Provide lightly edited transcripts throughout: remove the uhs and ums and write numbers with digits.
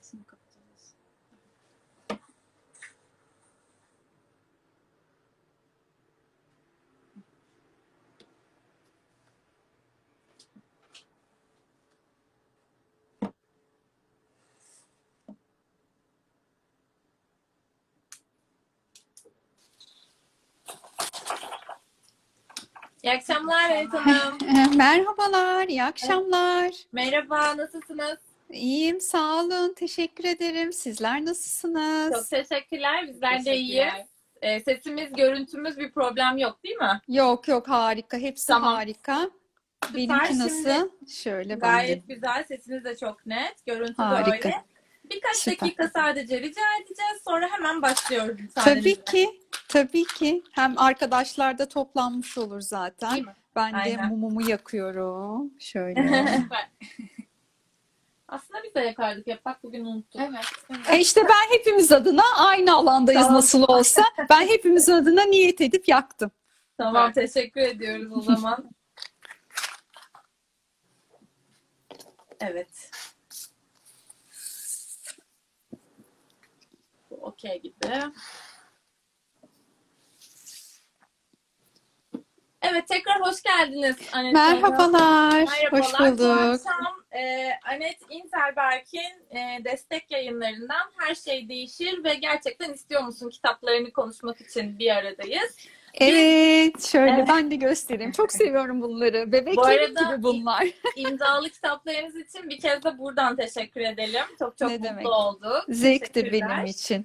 Şimdi kapatacağız. İyi akşamlar Elit Hanım. Merhabalar, iyi akşamlar. Merhaba, nasılsınız? İyiyim, sağ olun. Teşekkür ederim. Sizler Çok nasılsınız? teşekkürler. Bizler de iyiyiz. Sesimiz, görüntümüz bir problem yok değil mi? Yok yok, harika. Hepsi Tamam. harika. Süper. Benimki Şimdi nasıl? Şöyle ben de. gayet güzel. Sesiniz de çok net. Görüntü de Harika. öyle. Birkaç Süper. dakika sadece rica edeceğiz. Sonra hemen başlıyoruz Tabii müsaadenizle. ki, tabii ki. Hem arkadaşlar da toplanmış olur zaten. Değil mi? Ben de Aynen. mumumu yakıyorum. Şöyle. Süper. Aslında biz de yakardık. Yapak bugün unuttuk. Evet. İşte ben hepimiz adına aynı alandayız Tamam. nasıl olsa. Ben hepimiz adına niyet edip yaktım. Tamam, teşekkür ediyoruz o zaman. Evet. Bu okey gibi. Evet, tekrar hoş geldiniz Anet Hanım. Merhabalar, Merhabalar. hoş Bu bulduk. akşam Anet İnselberk'in destek yayınlarından Her Şey Değişir ve Gerçekten İstiyor Musun kitaplarını konuşmak için bir aradayız. Evet, şöyle Evet. ben de göstereyim. Çok seviyorum bunları. Bu Bebeklerim arada gibi bunlar. imzalı kitaplarınız için bir kez de buradan teşekkür edelim. Çok Ne mutlu demek? olduk. Zevktir Teşekkürler. benim için.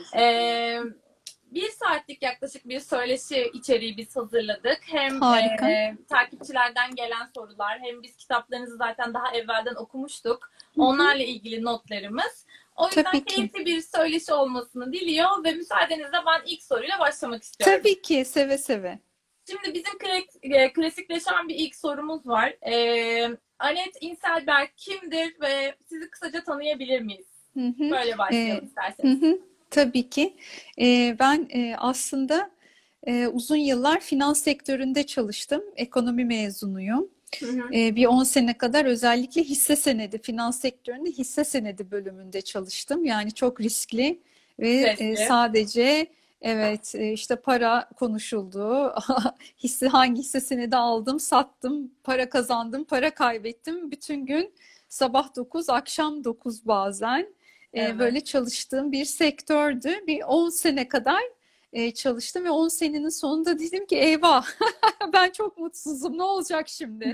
Bir saatlik yaklaşık bir söyleşi içeriği biz hazırladık. Hem Harika. takipçilerden gelen sorular hem biz kitaplarınızı zaten daha evvelden okumuştuk. Onlarla ilgili notlarımız. O yüzden Tabii ki. keyifli bir söyleşi olmasını diliyor ve müsaadenizle ben ilk soruyla başlamak istiyorum. Tabii ki, seve seve. Şimdi bizim klasikleşen bir ilk sorumuz var. Anet İnselberk kimdir ve sizi kısaca tanıyabilir miyiz? Hı hı. Böyle başlayalım Hı isterseniz. hı. Tabii ki. Ben aslında uzun yıllar finans sektöründe çalıştım. Ekonomi mezunuyum. Hı hı. Bir 10 sene kadar özellikle hisse senedi, finans sektöründe hisse senedi bölümünde çalıştım. Yani çok riskli ve Stresli. sadece evet işte para konuşuldu. Hangi hisse senedi aldım, sattım, para kazandım, para kaybettim. Bütün gün sabah 9, akşam 9 bazen Evet. böyle çalıştığım bir sektördü. Bir 10 sene kadar çalıştım ve 10 senenin sonunda dedim ki eyvah ben çok mutsuzum, ne olacak şimdi?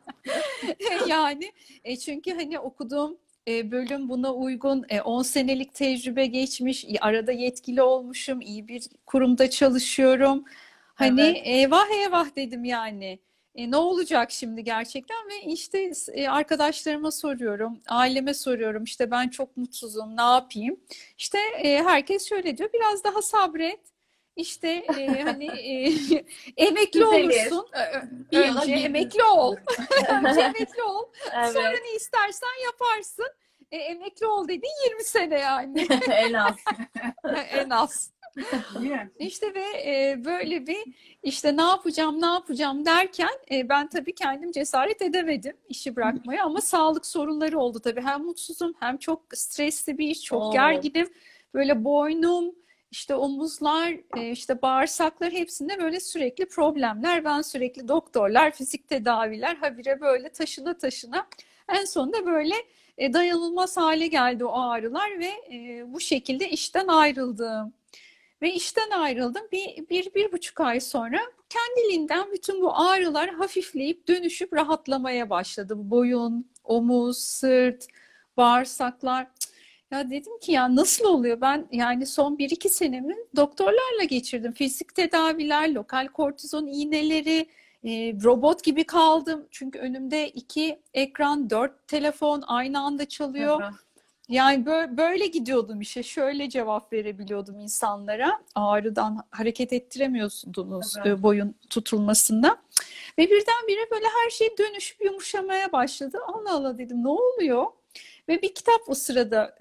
Yani çünkü hani okuduğum bölüm buna uygun, 10 senelik tecrübe geçmiş, arada yetkili olmuşum, iyi bir kurumda çalışıyorum. Hani Evet. eyvah eyvah dedim yani. Ne olacak şimdi gerçekten ve işte arkadaşlarıma soruyorum, aileme soruyorum işte ben çok mutsuzum, ne yapayım? İşte herkes şöyle diyor, biraz daha sabret. İşte hani emekli Düzelir. olursun. Bir yıla Önce bir emekli ol. Önce emekli ol. Sonra Evet. ne istersen yaparsın. Emekli ol dediğin 20 sene yani En az. en az. Değil mi? İşte ve böyle bir işte ne yapacağım derken ben tabii kendim cesaret edemedim işi bırakmaya ama sağlık sorunları oldu tabii. Hem mutsuzum hem çok stresli bir iş, çok Oo. gerginim. Böyle boynum, işte omuzlar, işte bağırsaklar hepsinde böyle sürekli problemler. Ben sürekli doktorlar, fizik tedaviler habire böyle taşına taşına en sonunda böyle dayanılmaz hale geldi o ağrılar ve bu şekilde işten ayrıldım. Ve işten ayrıldım. Bir buçuk ay sonra kendiliğinden bütün bu ağrılar hafifleyip dönüşüp rahatlamaya başladı. Boyun, omuz, sırt, bağırsaklar. Ya dedim ki ya nasıl oluyor? Ben yani son bir iki senemi doktorlarla geçirdim. Fizik tedaviler, lokal kortizon iğneleri, robot gibi kaldım. Çünkü önümde iki ekran, dört telefon aynı anda çalıyor. Evet. Yani böyle gidiyordum işe. Şöyle cevap verebiliyordum insanlara. Ağrıdan hareket ettiremiyorsunuz Evet. boyun tutulmasında. Ve birdenbire böyle her şey dönüşüp yumuşamaya başladı. Allah Allah dedim ne oluyor? Ve bir kitap o sırada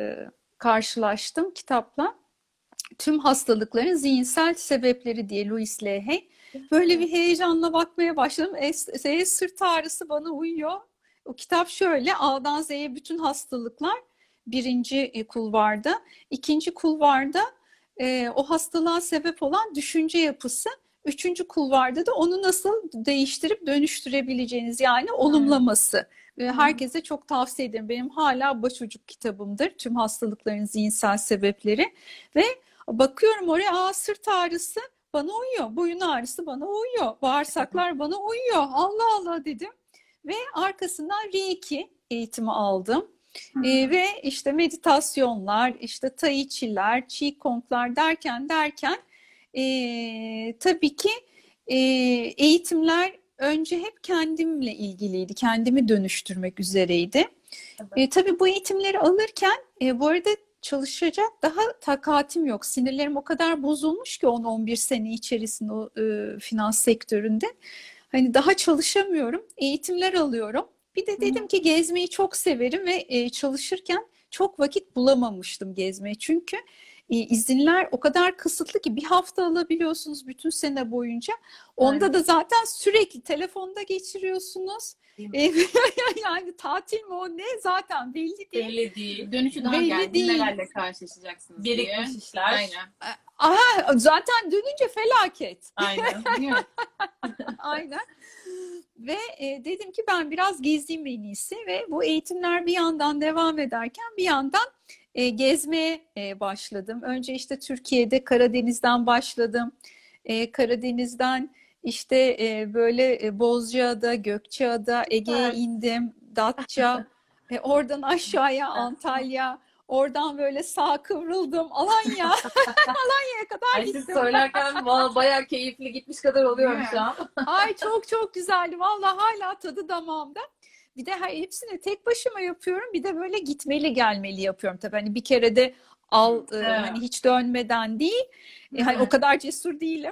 karşılaştım kitapla. Tüm hastalıkların zihinsel sebepleri diye Louis Lehay. Böyle bir heyecanla bakmaya başladım. Sırt ağrısı bana uyuyor. O kitap şöyle A'dan Z'ye bütün hastalıklar birinci kulvarda. İkinci kulvarda o hastalığa sebep olan düşünce yapısı. Üçüncü kulvarda da onu nasıl değiştirip dönüştürebileceğiniz, yani olumlaması. Herkese çok tavsiye ederim. Benim hala başucuk kitabımdır. Tüm hastalıkların zihinsel sebepleri. Ve bakıyorum oraya, sırt ağrısı bana uyuyor. Boyun ağrısı bana uyuyor. Bağırsaklar bana uyuyor. Allah Allah dedim. Ve arkasından Reiki eğitimi aldım. Ve işte meditasyonlar, işte Tai Chi'ler, Qigong'lar derken tabii ki eğitimler önce hep kendimle ilgiliydi. Kendimi dönüştürmek üzereydi. Tabii bu eğitimleri alırken bu arada çalışacak daha takatim yok. Sinirlerim o kadar bozulmuş ki 10-11 sene içerisinde o finans sektöründe. Hani daha çalışamıyorum. Eğitimler alıyorum. Bir de dedim ki gezmeyi çok severim ve çalışırken çok vakit bulamamıştım gezmeye. Çünkü izinler o kadar kısıtlı ki bir hafta alabiliyorsunuz bütün sene boyunca. Onda da zaten sürekli telefonda geçiriyorsunuz. Yani tatil mi o ne zaten belli değil. Belli değil. Dönüşü daha Belli gergin değil. nelerle karşılaşacaksınız diye. Birikmiş işler. Aynen. Zaten dönünce felaket. Aynen. Değil mi? Aynen. Ve dedim ki ben biraz gezeyim en iyisi ve bu eğitimler bir yandan devam ederken bir yandan gezmeye başladım. Önce işte Türkiye'de Karadeniz'den başladım. Karadeniz'den işte böyle Bozcaada, Gökçeada, Ege'ye indim, Datça, oradan aşağıya Antalya, oradan böyle sağa kıvrıldım Alanya, Alanya'ya kadar Ay, siz gittim. söylerken valla bayağı keyifli gitmiş kadar oluyorum şu an. Ay çok çok güzeldi. Vallahi hala tadı damağımda. Bir de hepsini tek başıma yapıyorum. Bir de böyle gitmeli gelmeli yapıyorum. Tabii hani bir kere de hani hiç dönmeden değil. Hani o kadar cesur değilim.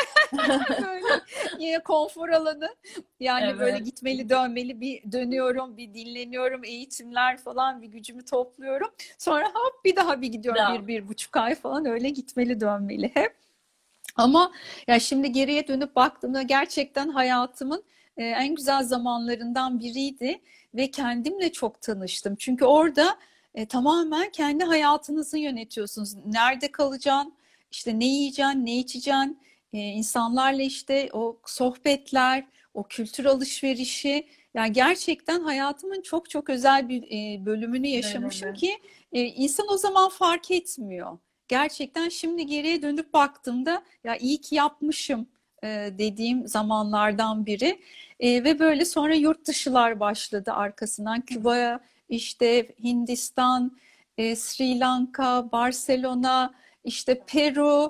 Böyle yine konfor alanı. Yani böyle gitmeli dönmeli, bir dönüyorum, bir dinleniyorum, eğitimler falan, bir gücümü topluyorum. Sonra hop bir daha bir gidiyorum, 1-1,5 ay falan öyle gitmeli dönmeli hep. Ama ya şimdi geriye dönüp baktığımda gerçekten hayatımın en güzel zamanlarından biriydi ve kendimle çok tanıştım. Çünkü orada tamamen kendi hayatınızı yönetiyorsunuz. Nerede kalacaksın, işte ne yiyeceksin, ne içeceksin, insanlarla işte o sohbetler, o kültür alışverişi. Yani gerçekten hayatımın çok çok özel bir bölümünü yaşamışım ki insan o zaman fark etmiyor. Gerçekten şimdi geriye dönüp baktığımda ya iyi ki yapmışım dediğim zamanlardan biri. Ve böyle sonra yurt dışılar başladı arkasından. Küba, işte Hindistan, Sri Lanka, Barcelona, işte Peru.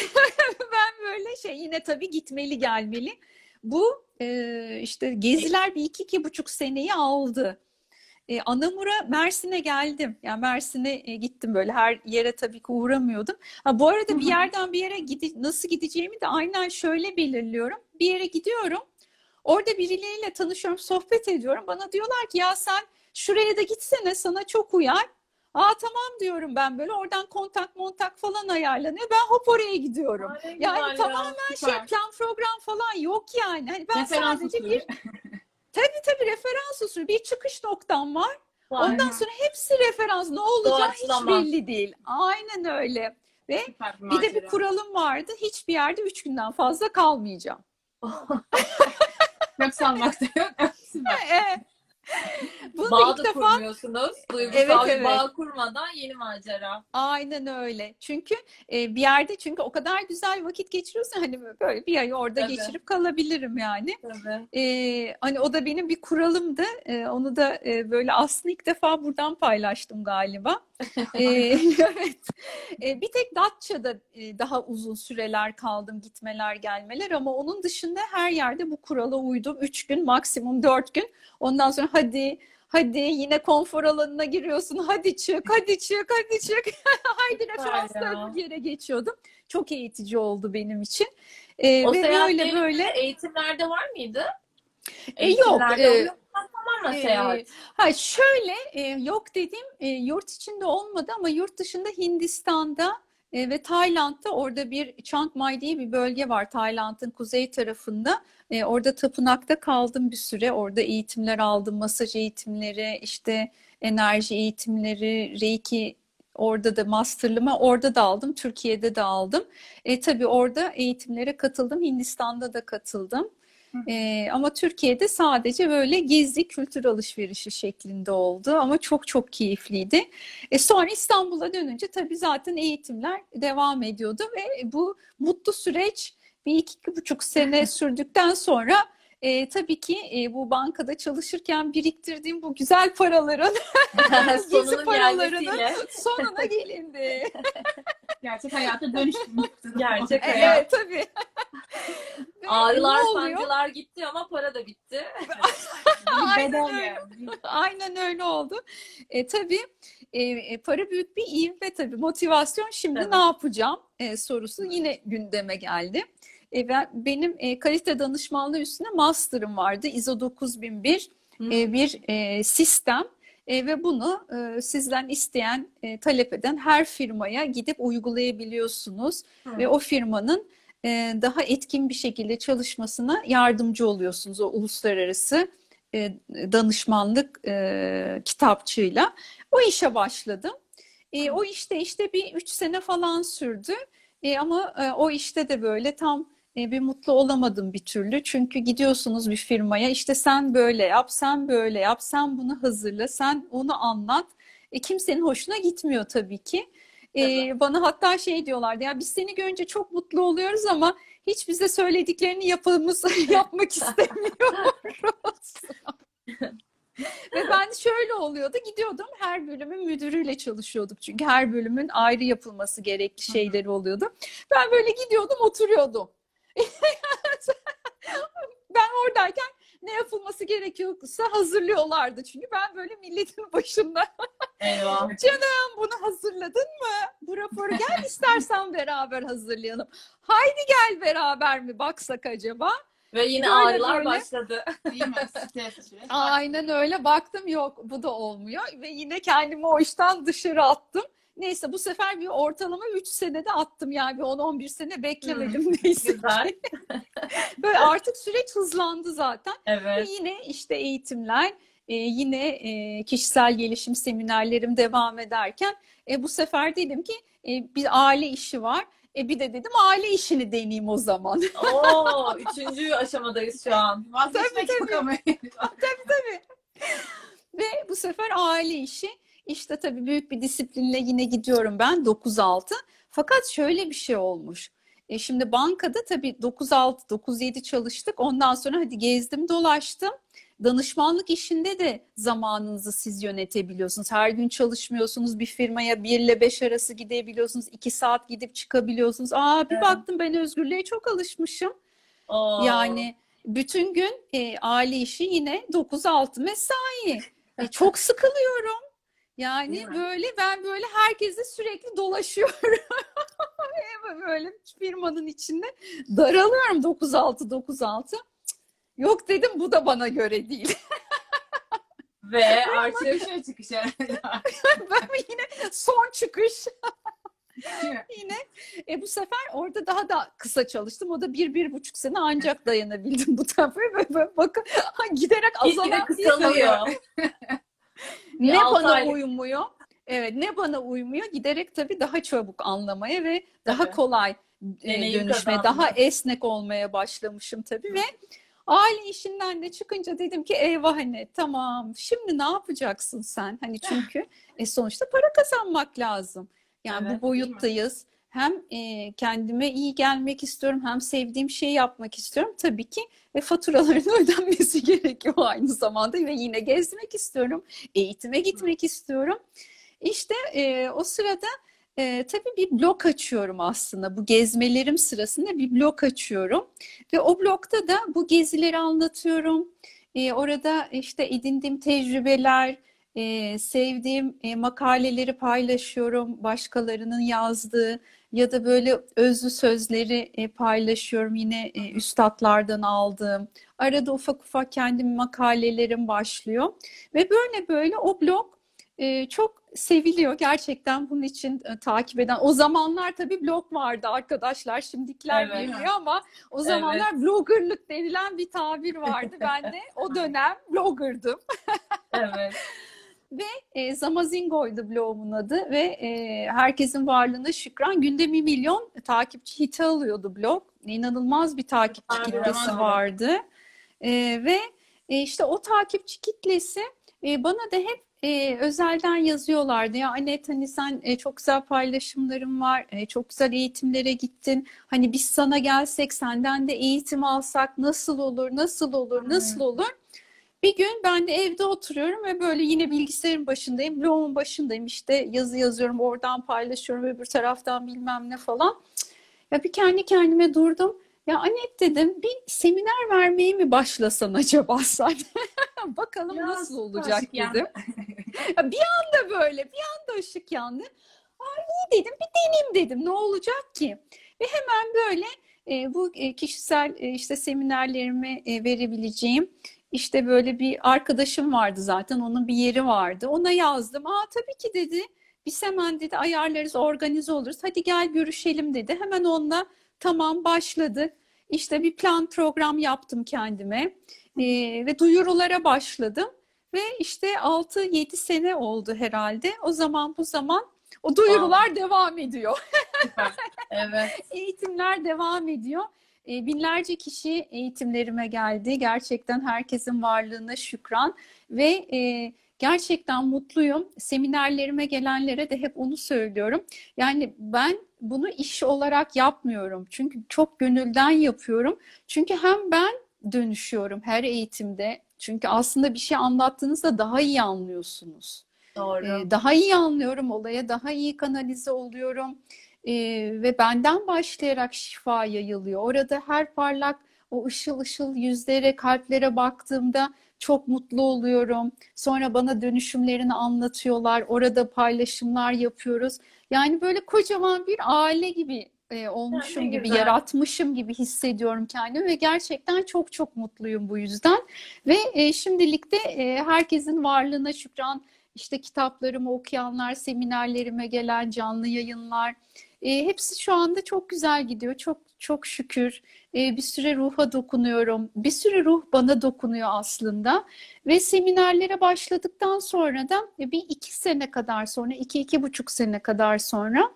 Ben böyle yine tabii gitmeli gelmeli. Bu işte geziler bir 2-2,5 seneyi aldı. Anamur'a, Mersin'e geldim. Yani Mersin'e gittim, böyle her yere tabii ki uğramıyordum. Bu arada bir yerden bir yere nasıl gideceğimi de aynen şöyle belirliyorum. Bir yere gidiyorum. Orada birileriyle tanışıyorum, sohbet ediyorum. Bana diyorlar ki ya sen şuraya da gitsene, sana çok uyar. Tamam diyorum ben böyle. Oradan kontak falan ayarlanıyor. Ben hop oraya gidiyorum. Yani tamamen plan program falan yok yani. Hani ben sadece bir Tabii referans usulü bir çıkış noktam var. Ondan sonra hepsi referans. Ne olacağı hiç belli değil. Aynen öyle. Ve bir de bir kuralım vardı. Hiçbir yerde 3 günden fazla kalmayacağım. Yok salmak da yok. Evet. Bunu Bağ ilk da defa kurmuyorsunuz. Duygusal Evet. bir bağ kurmadan yeni macera. Aynen öyle. Çünkü bir yerde o kadar güzel vakit geçiriyorsun, hani böyle bir ay orada geçirip kalabilirim yani. Hani o da benim bir kuralımdı. Onu da böyle aslında ilk defa buradan paylaştım galiba. Evet. Bir tek Datça'da daha uzun süreler kaldım, gitmeler gelmeler, ama onun dışında her yerde bu kurala uydum. 3 gün maksimum 4 gün. Ondan sonra hadi yine konfor alanına giriyorsun. Hadi çık. Haydi referansla bir yere geçiyordum. Çok eğitici oldu benim için. O Ve böyle eğitimlerde var mıydı? Yok. Tamamen seyahat. Yok dediğim yurt içinde olmadı ama yurt dışında Hindistan'da ve Tayland'da, orada bir Chiang Mai diye bir bölge var Tayland'ın kuzey tarafında. Orada tapınakta kaldım bir süre. Orada eğitimler aldım, masaj eğitimleri, işte enerji eğitimleri, Reiki, orada da master'ımı orada da aldım, Türkiye'de de aldım. Tabii orada eğitimlere katıldım, Hindistan'da da katıldım. Ama Türkiye'de sadece böyle gezi, kültür alışverişi şeklinde oldu ama çok çok keyifliydi. Sonra İstanbul'a dönünce tabii zaten eğitimler devam ediyordu ve bu mutlu süreç bir iki buçuk sene sürdükten sonra tabii ki bu bankada çalışırken biriktirdiğim bu güzel paraların, gezi Sonunun paralarının gelmesiyle. sonuna gelindi. Gerçek hayata dönüştüm. Gerçek hayat. Evet tabii. Ve Ağrılar, ne oluyor? sancılar gitti ama para da bitti. Bir Aynen bedel öyle. geldi. Aynen öyle oldu. Tabii para büyük bir ivme tabii. Motivasyon şimdi Evet. ne yapacağım sorusu yine gündeme geldi. Benim kalite danışmanlığı üstüne master'ım vardı. ISO 9001 bir sistem. Ve bunu sizden isteyen, talep eden her firmaya gidip uygulayabiliyorsunuz. Ve o firmanın daha etkin bir şekilde çalışmasına yardımcı oluyorsunuz o uluslararası danışmanlık kitapçığıyla. O işe başladım. O işte bir 3 sene falan sürdü. Ama o işte de böyle tam bir mutlu olamadım bir türlü. Çünkü gidiyorsunuz bir firmaya, işte sen böyle yap, sen böyle yap, sen bunu hazırla, sen onu anlat. Kimsenin hoşuna gitmiyor tabii ki. Evet. Bana hatta şey diyorlardı, ya biz seni görünce çok mutlu oluyoruz ama hiç bize söylediklerini yapmak istemiyoruz. Ve ben şöyle oluyordu, gidiyordum her bölümün müdürüyle çalışıyorduk. Çünkü her bölümün ayrı yapılması gerekli şeyleri oluyordu. Ben böyle gidiyordum, oturuyordum. Ben oradayken ne yapılması gerekiyorsa hazırlıyorlardı. Çünkü ben böyle milletin başında Eyvah. bunu hazırladın mı? Bu raporu gel istersen beraber hazırlayalım. Haydi gel beraber mi baksak acaba? Ve yine Böyle ağrılar böyle. başladı. Değil mi? Stres süreç. Aynen öyle, baktım yok bu da olmuyor ve yine kendimi o işten dışarı attım. Neyse bu sefer bir ortalama 3 senede attım, yani bir 10-11 sene beklemedim neyse. Güzel. Böyle artık süreç hızlandı zaten. Ve Evet. yine işte eğitimler, yine kişisel gelişim seminerlerim devam ederken bu sefer dedim ki bir aile işi var. Bir de dedim aile işini deneyeyim o zaman. Oo, 3. aşamadayız şu an. Vazgeçmek Tabii, yok ama. Ve bu sefer aile işi, işte tabii büyük bir disiplinle yine gidiyorum ben 9-6. Fakat şöyle bir şey olmuş. Şimdi bankada tabii 9-6, 9-7 çalıştık. Ondan sonra hadi gezdim dolaştım. Danışmanlık işinde de zamanınızı siz yönetebiliyorsunuz. Her gün çalışmıyorsunuz. Bir firmaya 1 ile 5 arası gidebiliyorsunuz. 2 saat gidip çıkabiliyorsunuz. Bir Evet. baktım ben özgürlüğe çok alışmışım. Oo. Yani bütün gün aile işi yine 9-6 mesai. Çok sıkılıyorum. Yani Değil mi? böyle ben böyle herkese sürekli dolaşıyorum. Böyle firmanın içinde daralıyorum 9-6. Yok dedim, bu da bana göre değil. Ve artık Çıkışa çıkış herhalde. Ben yine son çıkış. Değil mi? Yine bu sefer orada daha da kısa çalıştım. O da 1-1,5 sene ancak dayanabildim bu tarafa. Bakın giderek gitgide azalan kısalıyor. ne altı bana aylık. uymuyor. Evet, ne bana uymuyor. Giderek tabii daha çabuk anlamaya ve daha Tabii. kolay Deneyim dönüşmeye, kazandım. daha esnek olmaya başlamışım tabii ve aile işinden de çıkınca dedim ki eyvah, hani tamam şimdi ne yapacaksın sen? Hani çünkü sonuçta para kazanmak lazım. Yani Evet, bu boyuttayız. Hem kendime iyi gelmek istiyorum, hem sevdiğim şeyi yapmak istiyorum tabii ki ve faturaların ödenmesi gerekiyor aynı zamanda ve yine gezmek istiyorum, eğitime gitmek istiyorum. İşte o sırada tabii bir blog açıyorum aslında. Bu gezmelerim sırasında bir blog açıyorum ve o blogda da bu gezileri anlatıyorum. Orada işte edindiğim tecrübeler, sevdiğim makaleleri paylaşıyorum, başkalarının yazdığı ya da böyle özlü sözleri paylaşıyorum, yine üstatlardan aldığım. Arada ufak ufak kendi makalelerim başlıyor ve böyle böyle o blog çok seviliyor gerçekten. Bunun için takip eden, o zamanlar tabii blog vardı arkadaşlar, şimdikiler Evet. bilmiyor ama o zamanlar bloggerlık denilen bir tabir vardı. Ben de o dönem bloggerdım. Evet. Zamazingo'ydu blogumun adı ve herkesin varlığına şükran günde 1 milyon takipçi hiti alıyordu blog. İnanılmaz bir takipçi Bravo. kitlesi vardı. Ve işte o takipçi kitlesi bana da hep özelden yazıyorlardı. Ya Anet, hani sen çok güzel paylaşımların var, çok güzel eğitimlere gittin. Hani biz sana gelsek, senden de eğitim alsak nasıl olur, nasıl olur, nasıl olur? Bir gün ben de evde oturuyorum ve böyle yine bilgisayarın başındayım, blogumun başındayım. İşte yazı yazıyorum, oradan paylaşıyorum, öbür taraftan bilmem ne falan. Ya bir kendi kendime durdum. Ya Anet dedim, bir seminer vermeye mi başlasan acaba sen? Bakalım Ya, nasıl olacak ışık yandı. dedim. Ya bir anda böyle, bir anda ışık yandı. İyi dedim, bir deneyeyim dedim. Ne olacak ki? Ve hemen böyle bu kişisel işte seminerlerimi verebileceğim işte böyle bir arkadaşım vardı zaten. Onun bir yeri vardı. Ona yazdım. Tabii ki dedi. Biz hemen dedi ayarlarız, organize oluruz. Hadi gel görüşelim dedi. Hemen onunla tamam başladık. İşte bir plan program yaptım kendime. Ve duyurulara başladım. Ve işte 6-7 sene oldu herhalde. O zaman bu zaman o duyurular devam ediyor. Süper. Evet. Eğitimler devam ediyor. Binlerce kişi eğitimlerime geldi. Gerçekten herkesin varlığına şükran ve gerçekten mutluyum. Seminerlerime gelenlere de hep onu söylüyorum. Yani ben bunu iş olarak yapmıyorum. Çünkü çok gönülden yapıyorum. Çünkü hem ben dönüşüyorum her eğitimde. Çünkü aslında bir şey anlattığınızda daha iyi anlıyorsunuz. Doğru. Daha iyi anlıyorum, olaya daha iyi kanalize oluyorum. Ve benden başlayarak şifa yayılıyor. Orada her parlak o ışıl ışıl yüzlere, kalplere baktığımda çok mutlu oluyorum. Sonra bana dönüşümlerini anlatıyorlar. Orada paylaşımlar yapıyoruz. Yani böyle kocaman bir aile gibi olmuşum Ne gibi, güzel. yaratmışım gibi hissediyorum kendimi ve gerçekten çok çok mutluyum bu yüzden. Ve şimdilik de herkesin varlığına şükran. İşte kitaplarımı okuyanlar, seminerlerime gelen canlı yayınlar, hepsi şu anda çok güzel gidiyor. Çok çok şükür. Bir süre ruha dokunuyorum. Bir süre ruh bana dokunuyor aslında. Ve seminerlere başladıktan sonra da bir 2 sene kadar sonra, 2-2,5 sene kadar sonra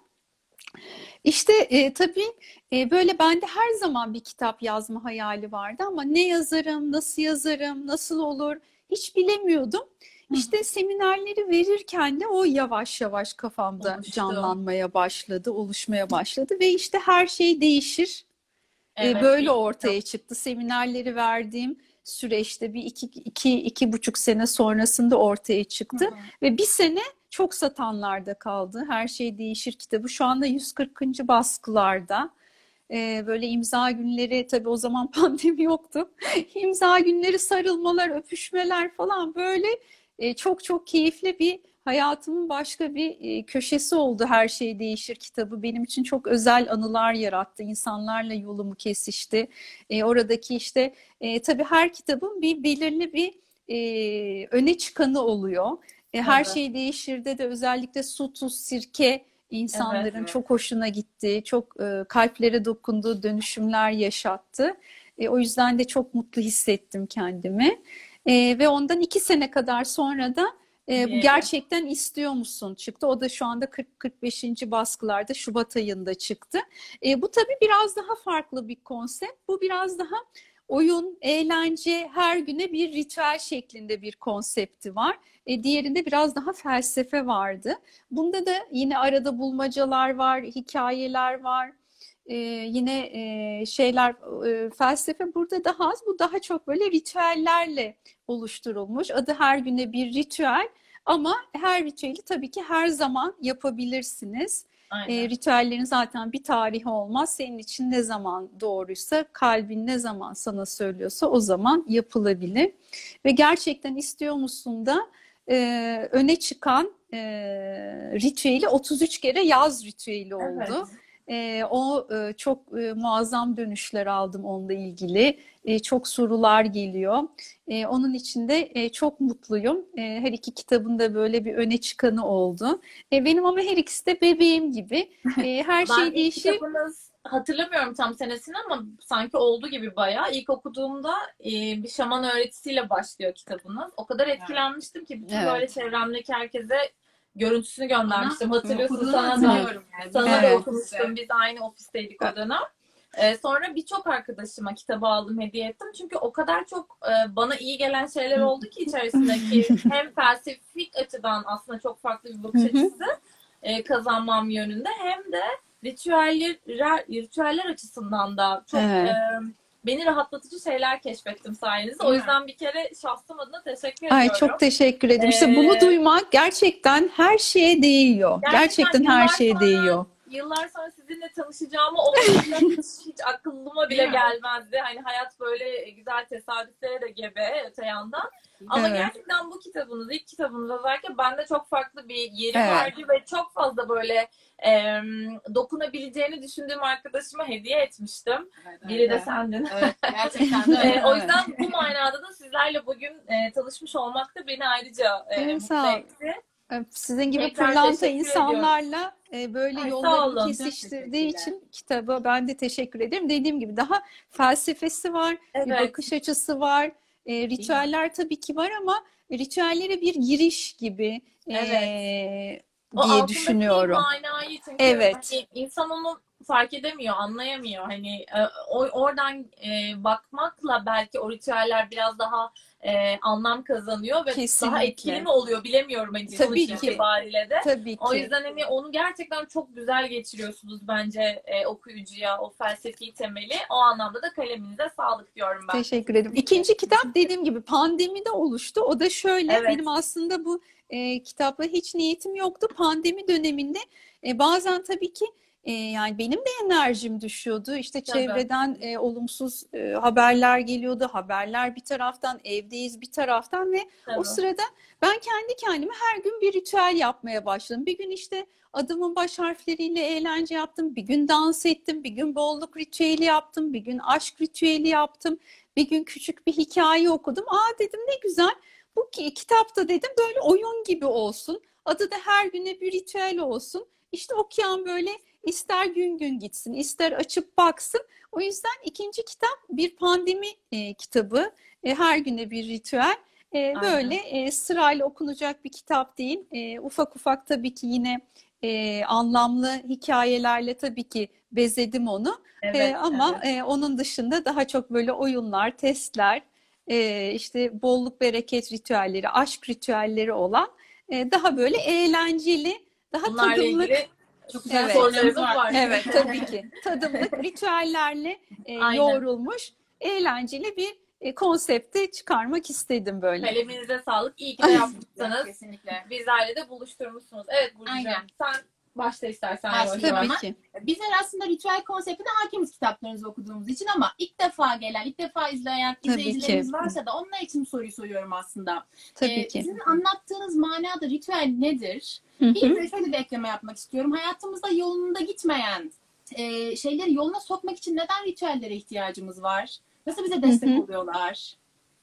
işte tabii böyle bende her zaman bir kitap yazma hayali vardı ama ne yazarım, nasıl yazarım, nasıl olur hiç bilemiyordum. İşte seminerleri verirken de o yavaş yavaş kafamda Oluştu. canlanmaya başladı, oluşmaya başladı ve işte her şey değişir. Evet. Böyle ortaya çıktı. Seminerleri verdiğim süreçte bir 2-2,5 sene sonrasında ortaya çıktı. Ve 1 sene çok satanlarda kaldı. Her Şey Değişir kitabı şu anda 140. baskılarda. Böyle imza günleri, tabii o zaman pandemi yoktu. İmza günleri, sarılmalar, öpüşmeler falan böyle çok çok keyifli bir hayatımın başka bir köşesi oldu Her Şey Değişir kitabı. Benim için çok özel anılar yarattı. İnsanlarla yolumu kesişti. Oradaki işte tabii her kitabın bir belirli bir öne çıkanı oluyor. Her Evet. Şey Değişir'de de özellikle su, tuz, sirke insanların Evet. çok hoşuna gitti. Çok kalplere dokunduğu dönüşümler yaşattı. O yüzden de çok mutlu hissettim kendimi. Ve ondan 2 sene kadar sonra da bu Gerçekten istiyor musun çıktı. O da şu anda 40-45. baskılarda Şubat ayında çıktı. Bu tabii biraz daha farklı bir konsept. Bu biraz daha oyun, eğlence, her güne bir ritüel şeklinde bir konsepti var. Diğerinde biraz daha felsefe vardı. Bunda da yine arada bulmacalar var, hikayeler var. Yine şeyler, felsefe burada daha az. Bu daha çok böyle ritüellerle oluşturulmuş. Adı Her Güne Bir Ritüel. Ama her ritüeli tabii ki her zaman yapabilirsiniz. Aynen. Ritüellerin zaten bir tarihi olmaz. Senin için ne zaman doğruysa, kalbin ne zaman sana söylüyorsa o zaman yapılabilir. Ve gerçekten istiyor musun da öne çıkan ritüeli 33 kere yaz ritüeli oldu. Evet. O çok muazzam dönüşler aldım onunla ilgili. Çok sorular geliyor. Onun için de çok mutluyum. Her iki kitabın da böyle bir öne çıkanı oldu. Benim ama her ikisi de bebeğim gibi. Her Ben Şey ilk Değişir. kitabınız hatırlamıyorum tam senesini ama sanki oldu gibi bayağı. İlk okuduğumda bir şaman öğretisiyle başlıyor kitabınız. O kadar etkilenmiştim ki bütün böyle Evet. çevremdeki herkese görüntüsünü göndermiştim. Hatırlıyorsun, Okuduğunu sana da, hatırlıyorum yani. sana da Evet. okumuştum. Biz aynı ofisteydik o dönem. Sonra birçok arkadaşıma kitabı aldım, hediye ettim. Çünkü o kadar çok bana iyi gelen şeyler oldu ki içerisindeki hem felsefik açıdan aslında çok farklı bir bakış açısı kazanmam yönünde, hem de ritüeller açısından da çok Evet. beni rahatlatıcı şeyler keşfettim sayenizde. O yüzden bir kere şahsım adına teşekkür Ay ediyorum. çok teşekkür ederim. İşte bunu duymak gerçekten her şeye değiyor. Gerçekten her yıllar şeye sonra- değiyor. Yıllar sonra sizinle tanışacağımı o zaman hiç aklıma bile Değil mi? gelmezdi. Hani hayat böyle güzel tesadüflere de gebe öte yandan. Ama Evet. gerçekten bu kitabınız, ilk kitabınız özellikle bende çok farklı bir yeri Evet. vardı ve çok fazla böyle dokunabileceğini düşündüğüm arkadaşıma hediye etmiştim. Evet, Biri de evet. sendin. Evet, gerçekten de öyle. O yüzden bu manada da sizlerle bugün tanışmış olmak da beni ayrıca Evet, mutlu sağ ol. etti. Sizin gibi Tekrar pırlanta teşekkür insanlarla böyle Ay, sağ yollarını olun. kesiştirdiği Çok teşekkürler. için kitaba ben de teşekkür ederim. Dediğim gibi daha felsefesi var, bir Evet. bakış açısı var. Ritüeller tabii ki var ama ritüellere bir giriş gibi O diye altındaki düşünüyorum. manayı, çünkü Evet. hani insan onu fark edemiyor, anlayamıyor. Hani oradan bakmakla belki o ritüeller biraz daha anlam kazanıyor ve Kesinlikle. daha etkili mi oluyor bilemiyorum hani Tabii sonuç ki. itibariyle de. Tabii O ki. yüzden hani onu gerçekten çok güzel geçiriyorsunuz bence okuyucuya, o felsefi temeli. O anlamda da kaleminize sağlık diyorum ben. Teşekkür ederim. İkinci kitap dediğim gibi pandemide oluştu. O da şöyle, Evet. benim aslında bu kitapla hiç niyetim yoktu. Pandemi döneminde bazen tabii ki yani benim de enerjim düşüyordu. İşte Tabii. çevreden olumsuz haberler geliyordu. Haberler bir taraftan, evdeyiz bir taraftan ve o Tabii. sırada ben kendi kendime her gün bir ritüel yapmaya başladım. Bir gün işte adımın baş harfleriyle eğlence yaptım. Bir gün dans ettim. Bir gün bolluk ritüeli yaptım. Bir gün aşk ritüeli yaptım. Bir gün küçük bir hikaye okudum. Aa dedim ne güzel. Bu kitapta dedim böyle oyun gibi olsun. Adı da her güne bir ritüel olsun. İşte okuyan böyle ister gün gün gitsin, ister açıp baksın. O yüzden ikinci kitap bir pandemi kitabı. Her güne bir ritüel. Böyle sırayla okunacak bir kitap değil. Ufak ufak tabii ki yine anlamlı hikayelerle tabii ki bezedim onu. Evet, Ama evet. onun dışında daha çok böyle oyunlar, testler, işte bolluk bereket ritüelleri, aşk ritüelleri olan daha böyle eğlenceli, daha Bunlarla tadımlık. ilgili Çok güzel Evet. sorularımız var. Evet tabii ki. Tadımlık ritüellerle Aynen. yoğrulmuş eğlenceli bir konsepte çıkarmak istedim böyle. Kaleminize sağlık. İyi ki de yapmışsınız. Kesinlikle. Bizlerle de buluşturmuşsunuz. Evet Burcu'cum, Aynen. sen başta istersen. Başlayayım yavaş Tabii yavaş. ki. Bizler aslında ritüel konseptine hakimiz kitaplarınızı okuduğumuz için ama ilk defa gelen, ilk defa izleyen Tabii izleyicilerimiz ki. varsa da onlar için bu soruyu soruyorum aslında. Tabii ki. Sizin anlattığınız manada ritüel nedir? Hı Bir hı. de şöyle bir ekleme yapmak istiyorum. Hayatımızda yolunda gitmeyen şeyleri yoluna sokmak için neden ritüellere ihtiyacımız var? Nasıl bize destek Hı hı. oluyorlar?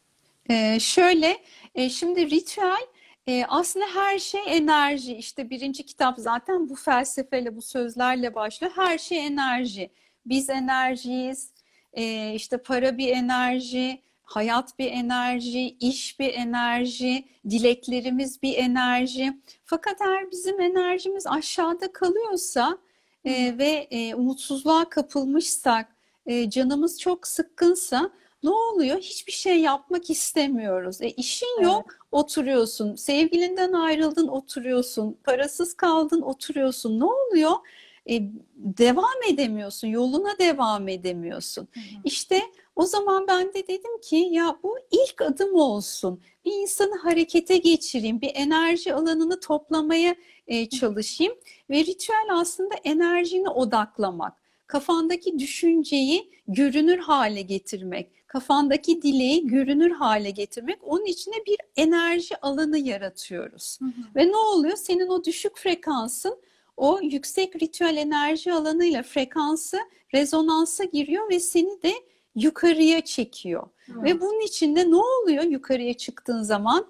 Şimdi ritüel aslında her şey enerji. İşte birinci kitap zaten bu felsefeyle, bu sözlerle başlıyor. Her şey enerji. Biz enerjiyiz. İşte para bir enerji, hayat bir enerji, iş bir enerji, dileklerimiz bir enerji. Fakat eğer bizim enerjimiz aşağıda kalıyorsa ve umutsuzluğa kapılmışsak, canımız çok sıkkınsa ne oluyor? Hiçbir şey yapmak istemiyoruz. İşin yok, oturuyorsun. Sevgilinden ayrıldın, oturuyorsun. Parasız kaldın, oturuyorsun. Ne oluyor? Devam edemiyorsun, yoluna devam edemiyorsun. İşte o zaman ben de dedim ki ya bu ilk adım olsun. Bir insanı harekete geçireyim, bir enerji alanını toplamaya çalışayım. Ve ritüel aslında enerjini odaklamak. Kafandaki düşünceyi görünür hale getirmek, kafandaki dileği görünür hale getirmek, onun içine bir enerji alanı yaratıyoruz. Ve ne oluyor? Senin o düşük frekansın o yüksek ritüel enerji alanıyla frekansı rezonansa giriyor ve seni de yukarıya çekiyor. Ve bunun içinde ne oluyor yukarıya çıktığın zaman?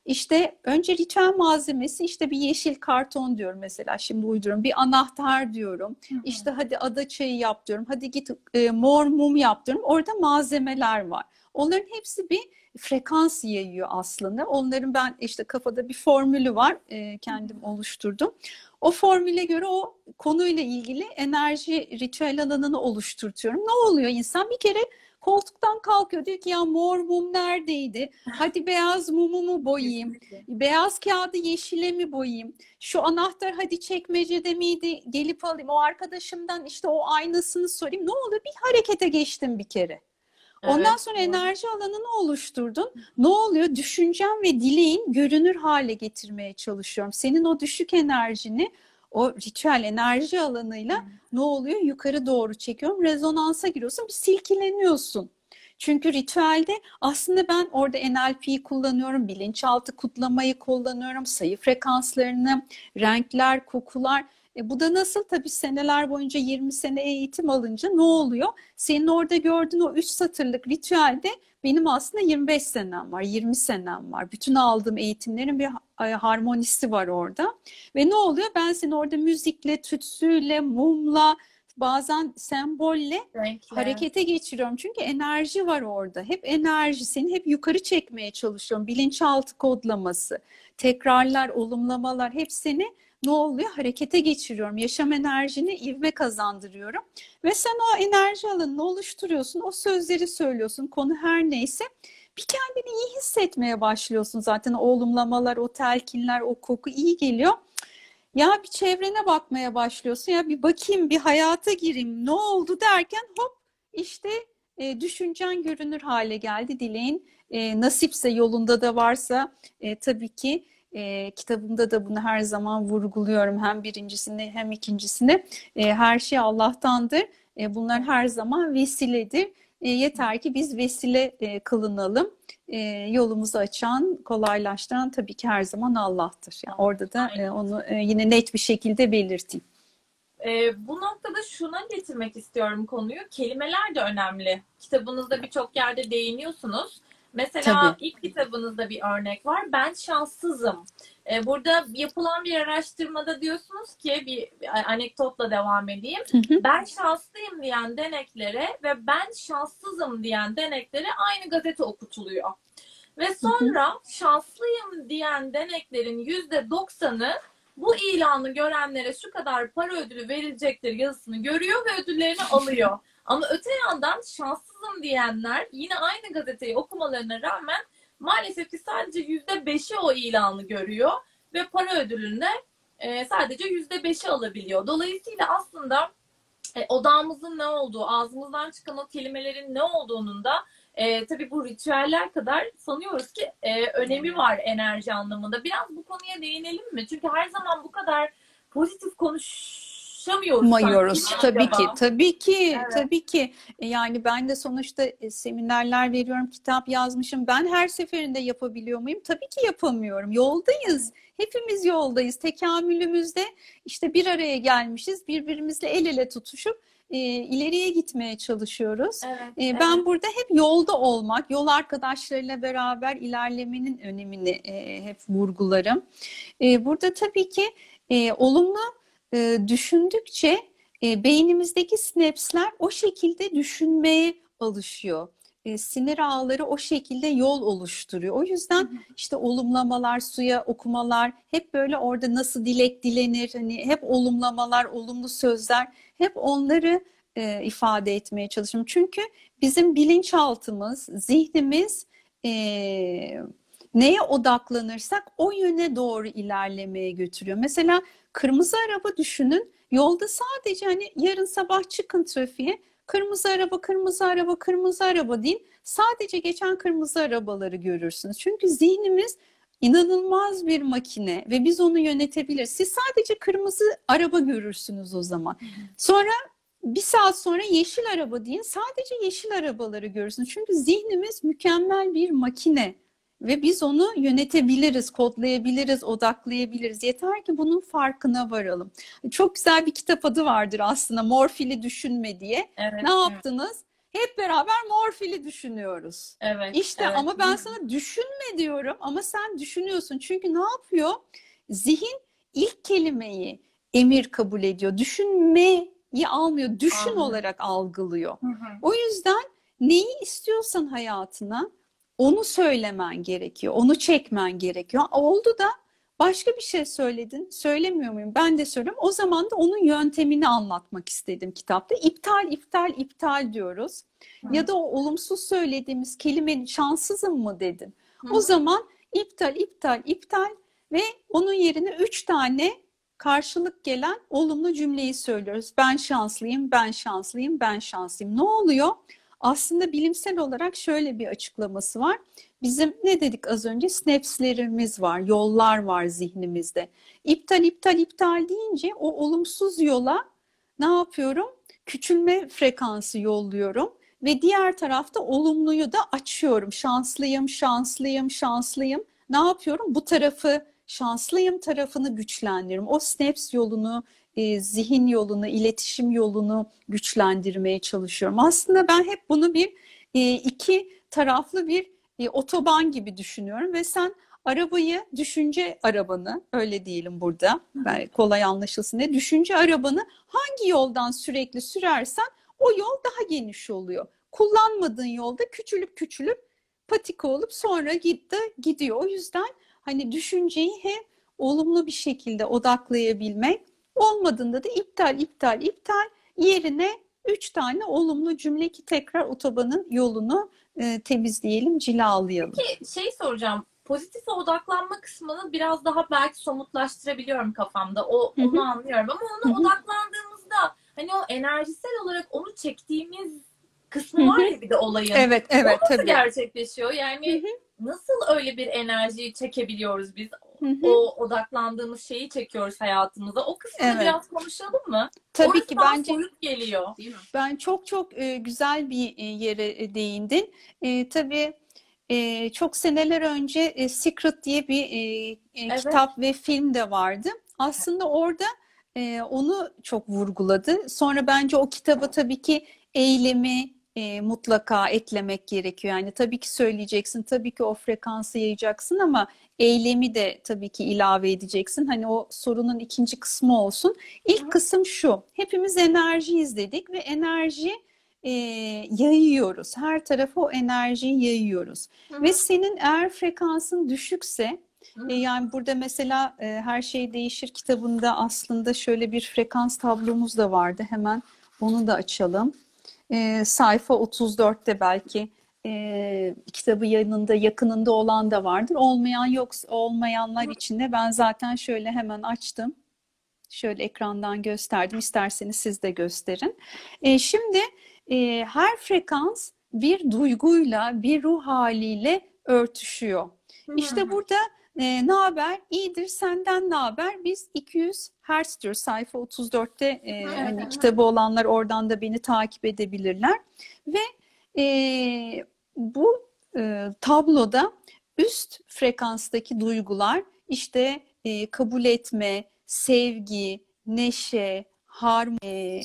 İşte önce ritüel malzemesi işte bir yeşil karton diyorum mesela, şimdi uyduruyorum. Bir anahtar diyorum. İşte hadi ada çayı yap diyorum. Hadi git mor mum yap diyorum. Orada malzemeler var. Onların hepsi bir frekans yayıyor aslında. Onların ben işte kafada bir formülü var. Kendim oluşturdum. O formüle göre o konuyla ilgili enerji ritüel alanını oluşturtuyorum. Ne oluyor? İnsan bir kere koltuktan kalkıyor. Diyor ki ya mor mum neredeydi? Hadi beyaz mumumu boyayayım. Kesinlikle. Beyaz kağıdı yeşile mi boyayayım? Şu anahtar hadi çekmecede miydi? Gelip alayım. O arkadaşımdan işte o aynasını sorayım. Ne oluyor? Bir harekete geçtim bir kere. Ondan Evet, sonra doğru. enerji alanını oluşturdun. Ne oluyor? Düşüncem ve dileğin görünür hale getirmeye çalışıyorum. Senin o düşük enerjini o ritüel enerji alanıyla ne oluyor? Yukarı doğru çekiyorum. Rezonansa giriyorsun. Bir silkeleniyorsun. Çünkü ritüelde aslında ben orada NLP'yi kullanıyorum, bilinçaltı kutlamayı kullanıyorum, sayı frekanslarını, renkler, kokular. Bu da nasıl? Tabii seneler boyunca 20 sene eğitim alınca ne oluyor? Senin orada gördüğün o 3 satırlık ritüelde benim aslında 25 senem var, 20 senem var. Bütün aldığım eğitimlerin bir harmonisi var orada. Ve ne oluyor? Ben seni orada müzikle, tütsüyle, mumla, bazen sembolle Renkli. harekete geçiriyorum. Çünkü enerji var orada. Hep enerji. Seni hep yukarı çekmeye çalışıyorum. Bilinçaltı kodlaması, tekrarlar, olumlamalar hep seni ne oluyor? Harekete geçiriyorum. Yaşam enerjini ivme kazandırıyorum. Ve sen o enerji alanını oluşturuyorsun. O sözleri söylüyorsun. Konu her neyse. Bir kendini iyi hissetmeye başlıyorsun zaten. O olumlamalar, o telkinler, o koku iyi geliyor. Ya bir çevrene bakmaya başlıyorsun. Ya bir bakayım, bir hayata gireyim. Ne oldu derken hop işte düşüncen görünür hale geldi. Dileğin nasipse, yolunda da varsa tabii ki kitabımda da bunu her zaman vurguluyorum. Hem birincisini hem ikincisini. Her şey Allah'tandır. Bunlar her zaman vesiledir. Yeter ki biz vesile kılınalım. Yolumuzu açan, kolaylaştıran tabii ki her zaman Allah'tır. Yani orada da onu yine net bir şekilde belirteyim. Bu noktada şuna getirmek istiyorum konuyu. Kelimeler de önemli. Kitabınızda birçok yerde değiniyorsunuz. Mesela Tabii. ilk kitabınızda bir örnek var. Ben şanssızım. Burada yapılan bir araştırmada diyorsunuz ki bir anekdotla devam edeyim. Ben şanslıyım diyen deneklere ve ben şanssızım diyen deneklere aynı gazete okutuluyor. Ve sonra şanslıyım diyen deneklerin %90'ı bu ilanı görenlere şu kadar para ödülü verilecektir yazısını görüyor ve ödüllerini alıyor. Ama öte yandan şanssızım diyenler yine aynı gazeteyi okumalarına rağmen maalesef ki sadece %5'i o ilanı görüyor ve para ödülünde sadece %5'i alabiliyor. Dolayısıyla aslında odağımızın ne olduğu, ağzımızdan çıkan o kelimelerin ne olduğunun da tabii bu ritüeller kadar sanıyoruz ki önemi var enerji anlamında. Biraz bu konuya değinelim mi? Çünkü her zaman bu kadar pozitif konuşamıyoruz sanki. Tabii ki, Evet. tabii ki. Yani ben de sonuçta seminerler veriyorum, kitap yazmışım. Ben her seferinde yapabiliyor muyum? Tabii ki yapamıyorum. Yoldayız. Hepimiz yoldayız. Tekamülümüzde işte bir araya gelmişiz. Birbirimizle el ele tutuşup ileriye gitmeye çalışıyoruz. Evet, Ben burada hep yolda olmak, yol arkadaşlarıyla beraber ilerlemenin önemini hep vurgularım. Burada tabii ki olumlu düşündükçe beynimizdeki sinapsler o şekilde düşünmeye alışıyor. Sinir ağları o şekilde yol oluşturuyor. O yüzden işte olumlamalar, suya okumalar hep böyle orada nasıl dilek dilenir, hani hep olumlamalar, olumlu sözler, hep onları ifade etmeye çalışıyorum. Çünkü bizim bilinçaltımız, zihnimiz neye odaklanırsak o yöne doğru ilerlemeye götürüyor. Mesela kırmızı araba düşünün. Yolda sadece hani yarın sabah çıkın trafiğe, kırmızı araba, kırmızı araba, kırmızı araba deyin. Sadece geçen kırmızı arabaları görürsünüz. Çünkü zihnimiz inanılmaz bir makine ve biz onu yönetebiliriz. Siz sadece kırmızı araba görürsünüz o zaman. Sonra bir saat sonra yeşil araba deyin. Sadece yeşil arabaları görürsünüz. Çünkü zihnimiz mükemmel bir makine. Ve biz onu yönetebiliriz, kodlayabiliriz, odaklayabiliriz. Yeter ki bunun farkına varalım. Çok güzel bir kitap adı vardır aslında, Morfili Düşünme diye. evet. Ne yaptınız? Hep beraber morfili düşünüyoruz. Evet, İşte evet. ama ben sana düşünme diyorum ama sen düşünüyorsun. Çünkü ne yapıyor? Zihin ilk kelimeyi emir kabul ediyor. Düşünmeyi almıyor. Düşün Anladım. olarak algılıyor. Hı hı. O yüzden neyi istiyorsan hayatına onu söylemen gerekiyor. Onu çekmen gerekiyor. Oldu da başka bir şey söyledin. Söylemiyor muyum? Ben de söylüyorum. O zaman da onun yöntemini anlatmak istedim kitapta. İptal, iptal, iptal diyoruz. Hı. Ya da o olumsuz söylediğimiz kelimenin şanssızım mı dedim. Hı O hı. zaman iptal, iptal, iptal ve onun yerine 3 tane karşılık gelen olumlu cümleyi söylüyoruz. Ben şanslıyım, ben şanslıyım, ben şanslıyım. Ne oluyor? Aslında bilimsel olarak şöyle bir açıklaması var. Bizim ne dedik az önce? Snaps'lerimiz var, yollar var zihnimizde. İptal, iptal, iptal deyince o olumsuz yola ne yapıyorum? Küçülme frekansı yolluyorum ve diğer tarafta olumluyu da açıyorum. Şanslıyım, şanslıyım, şanslıyım. Ne yapıyorum? Bu tarafı, şanslıyım tarafını güçlendiriyorum. O Snaps yolunu, zihin yolunu, iletişim yolunu güçlendirmeye çalışıyorum. Aslında ben hep bunu bir iki taraflı bir otoban gibi düşünüyorum ve sen arabayı, düşünce arabanı, öyle diyelim burada, kolay anlaşılsın diye, düşünce arabanı hangi yoldan sürekli sürersen o yol daha geniş oluyor. Kullanmadığın yolda küçülüp küçülüp patika olup sonra gidiyor. O yüzden hani düşünceyi hep olumlu bir şekilde odaklayabilmek, olmadığında da iptal, iptal, iptal, yerine 3 tane olumlu cümle ki tekrar otobanın yolunu temizleyelim, cilalayalım. Peki şey soracağım. Pozitife odaklanma kısmını biraz daha belki somutlaştırabiliyorum kafamda. Onu anlıyorum ama ona odaklandığımızda hani o enerjisel olarak onu çektiğimiz kısmı var ya bir de olayın. Evet, O nasıl tabii. gerçekleşiyor? Yani nasıl öyle bir enerjiyi çekebiliyoruz biz? O odaklandığımız şeyi çekiyoruz hayatımıza. O kısmını biraz konuşalım mı? Tabii Orası ki bana bence soyut geliyor. Değil mi? ben çok güzel bir yere değindin. Tabii çok seneler önce Secret diye bir Evet. kitap ve film de vardı. Aslında orada onu çok vurguladı. Sonra bence o kitaba tabii ki eylemi mutlaka eklemek gerekiyor. Yani tabii ki söyleyeceksin, tabii ki o frekansı yayacaksın ama eylemi de tabii ki ilave edeceksin. Hani o sorunun ikinci kısmı olsun. İlk kısım şu. Hepimiz enerji izledik ve enerji yayıyoruz. Her tarafa o enerjiyi yayıyoruz. Ve senin eğer frekansın düşükse yani burada mesela Her Şey Değişir kitabında aslında şöyle bir frekans tablomuz da vardı. Hemen onu da açalım. Sayfa 34'te belki kitabı yanında yakınında olan da vardır. Olmayanlar için de ben zaten şöyle hemen açtım. Şöyle ekrandan gösterdim. İsterseniz siz de gösterin. Şimdi her frekans bir duyguyla, bir ruh haliyle örtüşüyor. İşte burada ne haber? İyidir, senden ne haber? Biz 200 Hz diyor. Sayfa 34'te hani kitabı olanlar oradan da beni takip edebilirler. Ve bu tabloda üst frekanstaki duygular işte kabul etme, sevgi, neşe, harmoni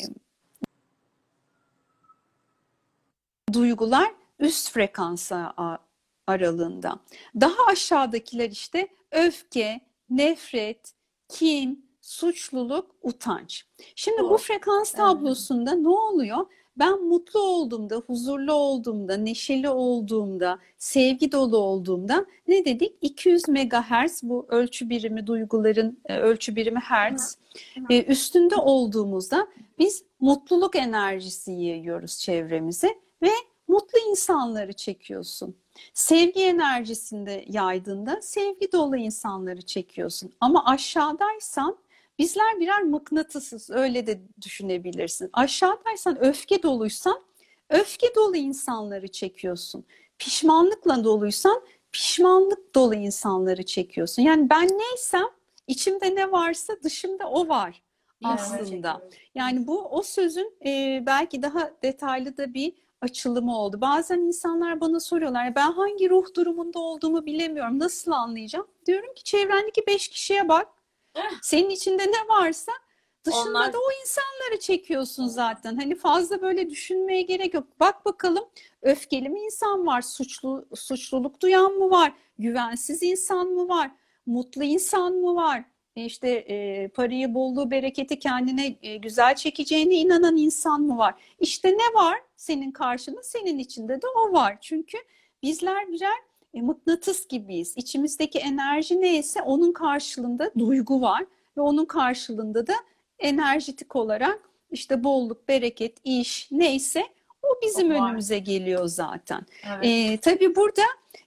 duygular üst frekansa aralığında. Daha aşağıdakiler işte öfke, nefret, kin, suçluluk, utanç. Şimdi bu frekans tablosunda ne oluyor? Ben mutlu olduğumda, huzurlu olduğumda, neşeli olduğumda, sevgi dolu olduğumda ne dedik? 200 megahertz bu ölçü birimi duyguların ölçü birimi hertz üstünde olduğumuzda biz mutluluk enerjisi yayıyoruz çevremize ve mutlu insanları çekiyorsun. Sevgi enerjisinde yaydığında sevgi dolu insanları çekiyorsun. Ama aşağıdaysan bizler birer mıknatısız, öyle de düşünebilirsin. Aşağıdaysan, öfke doluysan öfke dolu insanları çekiyorsun. Pişmanlıkla doluysan pişmanlık dolu insanları çekiyorsun. Yani ben neysem, içimde ne varsa dışımda o var aslında. Yani bu o sözün belki daha detaylı da bir açılımı oldu. Bazen insanlar bana soruyorlar, ben hangi ruh durumunda olduğumu bilemiyorum, nasıl anlayacağım? Diyorum ki çevrendeki 5 kişiye bak. Senin içinde ne varsa Dışında Onlar da o insanları çekiyorsun zaten. Hani fazla böyle düşünmeye gerek yok. Bak bakalım, öfkeli mi insan var? Suçluluk duyan mı var? Güvensiz insan mı var? Mutlu insan mı var? İşte parayı, bolluğu, bereketi kendine güzel çekeceğine inanan insan mı var? İşte ne var senin karşında? Senin içinde de o var. Çünkü bizler birer mıknatıs gibiyiz. İçimizdeki enerji neyse onun karşılığında duygu var ve onun karşılığında da enerjitik olarak işte bolluk, bereket, iş neyse o bizim var. önümüze geliyor zaten. Evet. Tabii burada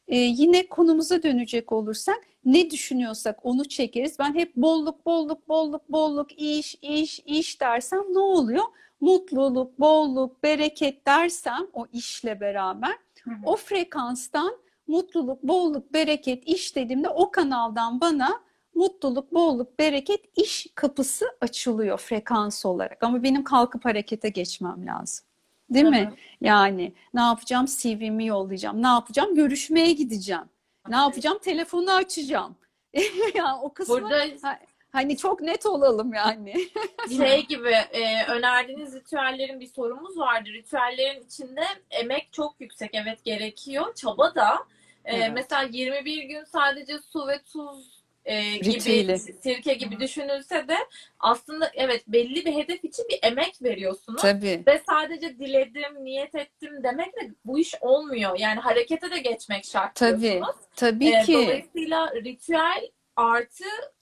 yine konumuza dönecek olursak ne düşünüyorsak onu çekeriz. Ben hep bolluk, bolluk, bolluk, bolluk, iş, iş, iş dersem ne oluyor? Mutluluk, bolluk, bereket dersem o işle beraber o frekanstan mutluluk, bolluk, bereket, iş dediğimde o kanaldan bana mutluluk, bolluk, bereket, iş kapısı açılıyor frekans olarak. Ama benim kalkıp harekete geçmem lazım. Değil mi? Yani ne yapacağım? CV'mi yollayacağım. Ne yapacağım? Görüşmeye gideceğim. Ne yapacağım? Telefonu açacağım. Yani o kısmı Burada hani çok net olalım yani. şey gibi önerdiğiniz ritüellerin bir sorumuz vardı. Ritüellerin içinde emek çok yüksek. Evet, gerekiyor. Çaba da. Evet. Mesela 21 gün sadece su ve tuz gibi, Ritüeli. sirke gibi düşünülse de aslında evet, belli bir hedef için bir emek veriyorsunuz. Tabii. Ve sadece diledim, niyet ettim demekle bu iş olmuyor. Yani harekete de geçmek şart Tabii. diyorsunuz. Tabii ki. Dolayısıyla ritüel artı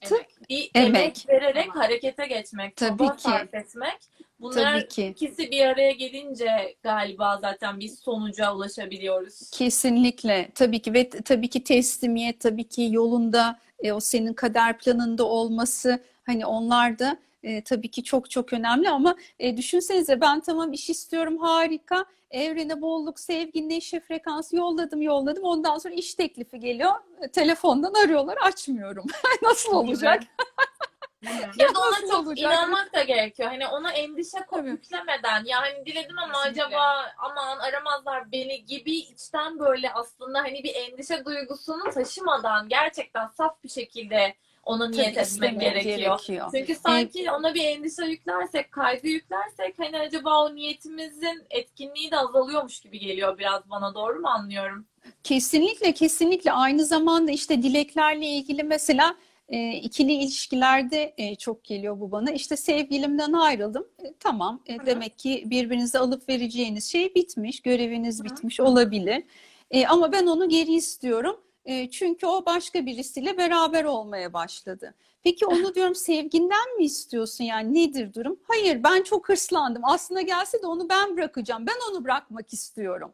bir Emek. emek vererek harekete geçmek, Tabii çaba ki. sarf etmek. Bunlar Tabii ki. ikisi bir araya gelince galiba zaten biz sonuca ulaşabiliyoruz. Kesinlikle. Tabii ki ve tabii ki teslimiyet, tabii ki yolunda o senin kader planında olması, hani onlar da tabii ki çok çok önemli ama düşünsenize, ben tamam iş istiyorum, harika, evrene bolluk, sevgi, neşe frekansı yolladım, ondan sonra iş teklifi geliyor, telefondan arıyorlar, açmıyorum. Nasıl olacak? Ya da ona Nasıl çok olacak? inanmak da gerekiyor. Hani ona endişe Tabii. yüklemeden, ya hani diledim ama Kesinlikle. acaba aman aramazlar beni gibi içten böyle aslında hani bir endişe duygusunu taşımadan gerçekten saf bir şekilde ona niyet Tabii etmek istemek gerekiyor. gerekiyor. Çünkü sanki ona bir endişe yüklersek, kaygı yüklersek hani acaba o niyetimizin etkinliği de azalıyormuş gibi geliyor biraz bana. Doğru mu anlıyorum? Kesinlikle, kesinlikle. Aynı zamanda işte dileklerle ilgili mesela ikili ilişkilerde çok geliyor bu bana. İşte sevgilimden ayrıldım. Tamam. Demek ki birbirinize alıp vereceğiniz şey bitmiş, göreviniz bitmiş olabilir. Ama ben onu geri istiyorum. Çünkü o başka birisiyle beraber olmaya başladı. Peki onu diyorum, sevginden mi istiyorsun, yani nedir durum? Hayır, ben çok hırslandım. Aslında gelse de onu ben bırakacağım. Ben onu bırakmak istiyorum.